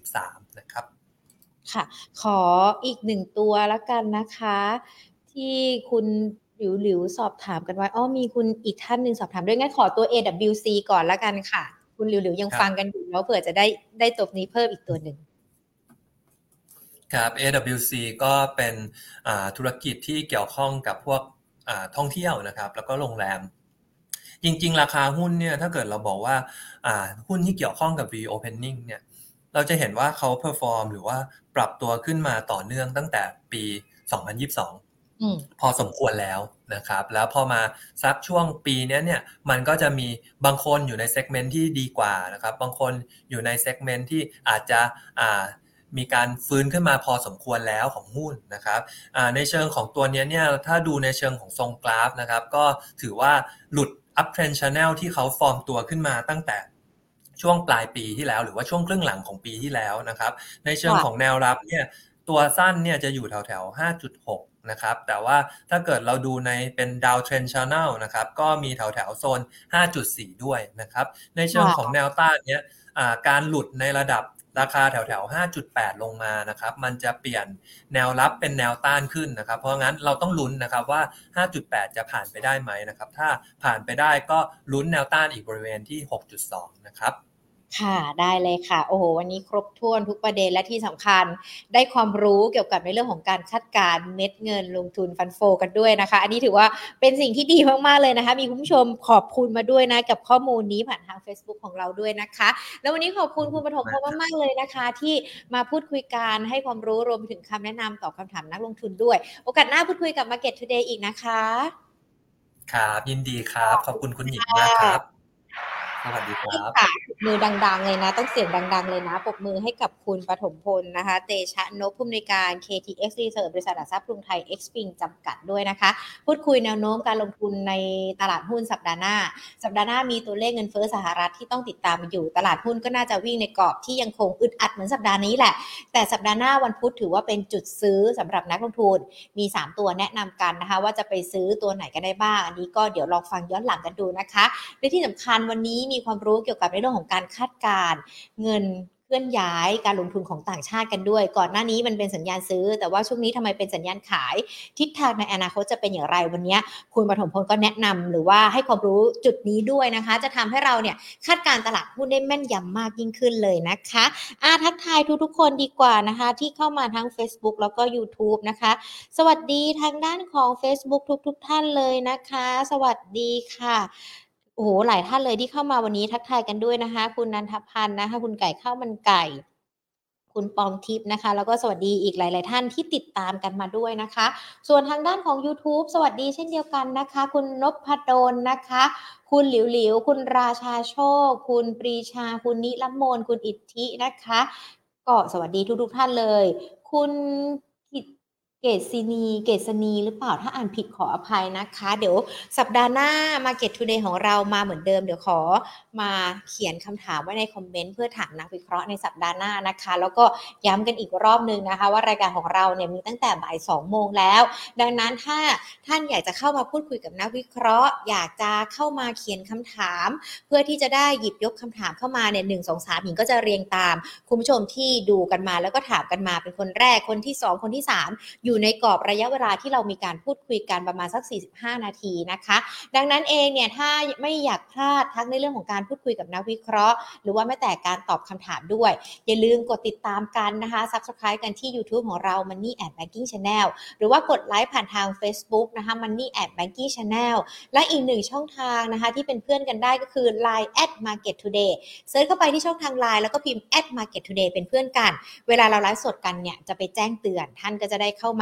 33นะครับค่ะขออีกหนึ่งตัวแล้วกันนะคะที่คุณหลิวสอบถามกันไว้มีคุณอีกท่านหนึ่งสอบถามด้วยงั้นขอตัว AWC ก่อนแล้วกันค่ะคุณหลิวยังฟังกันอยู่แล้วเผื่อจะได้ตัวนี้เพิ่มอีกตัวหนึ่งครับ AWC ก็เป็นธุรกิจที่เกี่ยวข้องกับพวกท่องเที่ยวนะครับแล้วก็โรงแรมจริงๆราคาหุ้นเนี่ยถ้าเกิดเราบอกว่าหุ้นที่เกี่ยวข้องกับ reopening เนี่ยเราจะเห็นว่าเขา perform หรือว่าปรับตัวขึ้นมาต่อเนื่องตั้งแต่ปี2022พอสมควรแล้วนะครับแล้วพอมาสักช่วงปีนี้เนี่ยมันก็จะมีบางคนอยู่ในเซกเมนต์ที่ดีกว่านะครับบางคนอยู่ในเซกเมนต์ที่อาจจะมีการฟื้นขึ้นมาพอสมควรแล้วของหุ้นนะครับในเชิงของตัวนี้เนี่ยถ้าดูในเชิงของทรงกราฟนะครับก็ถือว่าหลุด uptrend channel ที่เขาฟอร์มตัวขึ้นมาตั้งแต่ช่วงปลายปีที่แล้วหรือว่าช่วงครึ่งหลังของปีที่แล้วนะครับในเชิงของแนวรับเนี่ยตัวสั้นเนี่ยจะอยู่แถวๆ 5.6 นะครับแต่ว่าถ้าเกิดเราดูในเป็น downtrend channel นะครับก็มีแถวๆโซน 5.4 ด้วยนะครับในเชิงของแนวต้านเนี่ยการหลุดในระดับราคาแถวๆ 5.8 ลงมานะครับมันจะเปลี่ยนแนวรับเป็นแนวต้านขึ้นนะครับเพราะงั้นเราต้องลุ้นนะครับว่า 5.8 จะผ่านไปได้ไหมนะครับถ้าผ่านไปได้ก็ลุ้นแนวต้านอีกบริเวณที่ 6.2 นะครับค่ะได้เลยค่ะโอ้โหวันนี้ครบถ้วนทุกประเด็นและที่สำคัญได้ความรู้เกี่ยวกับในเรื่องของการคาดการณ์เม็ดเงินลงทุนฟันโฟกันด้วยนะคะอันนี้ถือว่าเป็นสิ่งที่ดีมากๆเลยนะคะมีคุณผู้ชมขอบคุณมาด้วยนะกับข้อมูลนี้ผ่านทาง Facebook ของเราด้วยนะคะแล้ววันนี้ขอบคุณคุณปฐมพงษ์มากๆเลยนะคะที่มาพูดคุยกันให้ความรู้รวมไปถึงคำแนะนำตอบคำถามนักลงทุนด้วยโอกาสหน้าพูดคุยกับ Market Today อีกนะคะครับยินดีครับขอบคุณคุณหญิงมากครับสวัสดีครับค่ะมือดังๆเลยนะต้องเสียงดังๆเลยนะปรบมือให้กับคุณปฐมพลนะคะเตชะนพผู้อำนวยการ KTX Research บริษัทหลักทรัพย์กรุงไทย Xping จำกัดด้วยนะคะพูดคุยแนวโน้มการลงทุนในตลาดหุ้นสัปดาห์หน้ามีตัวเลขเงินเฟ้อสหรัฐที่ต้องติดตามอยู่ตลาดหุ้นก็น่าจะวิ่งในกรอบที่ยังคงอึดอัดเหมือนสัปดาห์นี้แหละแต่สัปดาห์หน้าวันพุธถือว่าเป็นจุดซื้อสำหรับนักลงทุนมี3ตัวแนะนำกันนะคะว่าจะไปซื้อตัวไหนกันได้บ้างอันนี้ก็เดี๋ยวลองฟังย้อนหลังกันดูนะคะและที่สำคัญวันนี้มีความรู้เกี่ยวกับในเรื่องของการคาดการณ์เงินเคลื่อนย้ายการลงทุนของต่างชาติกันด้วยก่อนหน้านี้มันเป็นสัญญาณซื้อแต่ว่าช่วงนี้ทำไมเป็นสัญญาณขายทิศทางในอนาคตจะเป็นอย่างไรวันนี้คุณปฐมพลก็แนะนำหรือว่าให้ความรู้จุดนี้ด้วยนะคะจะทำให้เราเนี่ยคาดการตลาดหุ้นได้แม่นยำมากยิ่งขึ้นเลยนะคะทักทายทุกๆคนดีกว่านะคะที่เข้ามาทั้ง Facebook แล้วก็ YouTube นะคะสวัสดีทางด้านของ Facebook ทุกท่านเลยนะคะสวัสดีค่ะโอ้โหหลายท่านเลยที่เข้ามาวันนี้ทักทายกันด้วยนะคะคุณนันทพันธ์นะคะคุณไก่ข้าวมันไก่คุณปองทิพย์นะคะแล้วก็สวัสดีอีกหลายๆท่านที่ติดตามกันมาด้วยนะคะส่วนทางด้านของ YouTube สวัสดีเช่นเดียวกันนะคะคุณนพดลนะคะคุณหลิวคุณราชาโชคคุณปรีชาคุณนิลมนคุณอิทธินะคะก็สวัสดีทุกท่านเลยคุณกิตเกษณีหรือเปล่าถ้าอ่านผิดขออภัยนะคะเดี๋ยวสัปดาห์หน้า Market Today ของเรามาเหมือนเดิมเดี๋ยวขอมาเขียนคำถามไว้ในคอมเมนต์เพื่อถามนักวิเคราะห์ในสัปดาห์หน้านะคะแล้วก็ย้ำกันอีกรอบนึงนะคะว่ารายการของเราเนี่ยมีตั้งแต่บ่าย2โมงแล้วดังนั้นถ้าท่านอยากจะเข้ามาพูดคุยกับนักวิเคราะห์อยากจะเข้ามาเขียนคำถามเพื่อที่จะได้หยิบยกคำถามเข้ามาเนี่ย1 2 3หญิงก็จะเรียงตามคุณผู้ชมที่ดูกันมาแล้วก็ถามกันมาเป็นคนแรกคนที่2คนที่3อยู่ในกรอบระยะเวลาที่เรามีการพูดคุยกันประมาณสัก45นาทีนะคะดังนั้นเองเนี่ยถ้าไม่อยากพลาดทั้งในเรื่องของการพูดคุยกับนักวิเคราะห์หรือว่าแม้แต่การตอบคำถามด้วยอย่าลืมกดติดตามกันนะคะ Subscribe กันที่ YouTube ของเรา Money and Banking Channel หรือว่ากดไลค์ผ่านทาง Facebook นะคะ Money and Banking Channel และอีก1ช่องทางนะคะที่เป็นเพื่อนกันได้ก็คือ Line @Market Today เซิร์ชเข้าไปที่ช่องทาง Line แล้วก็พิมพ์ @Market Today เป็นเพื่อนกันเวลาเราไลฟ์สดกันเนี่ยจะไปแจ้งเตือนท่านก็จะได้เข้ามา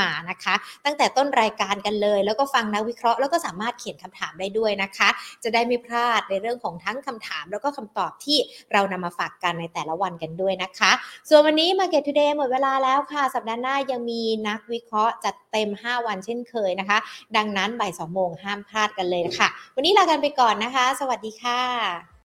มานะคะตั้งแต่ต้นรายการกันเลยแล้วก็ฟังนักวิเคราะห์แล้วก็สามารถเขียนคำถามได้ด้วยนะคะจะได้ไม่พลาดในเรื่องของทั้งคำถามแล้วก็คำตอบที่เรานำมาฝากกันในแต่ละวันกันด้วยนะคะส่วนวันนี้ Market Today หมดเวลาแล้วค่ะสัปดาห์หน้ายังมีนักวิเคราะห์จัดเต็ม5วันเช่นเคยนะคะดังนั้นบ่าย 2 โมงห้ามพลาดกันเลยค่ะวันนี้ลากันไปก่อนนะคะสวัสดีค่ะ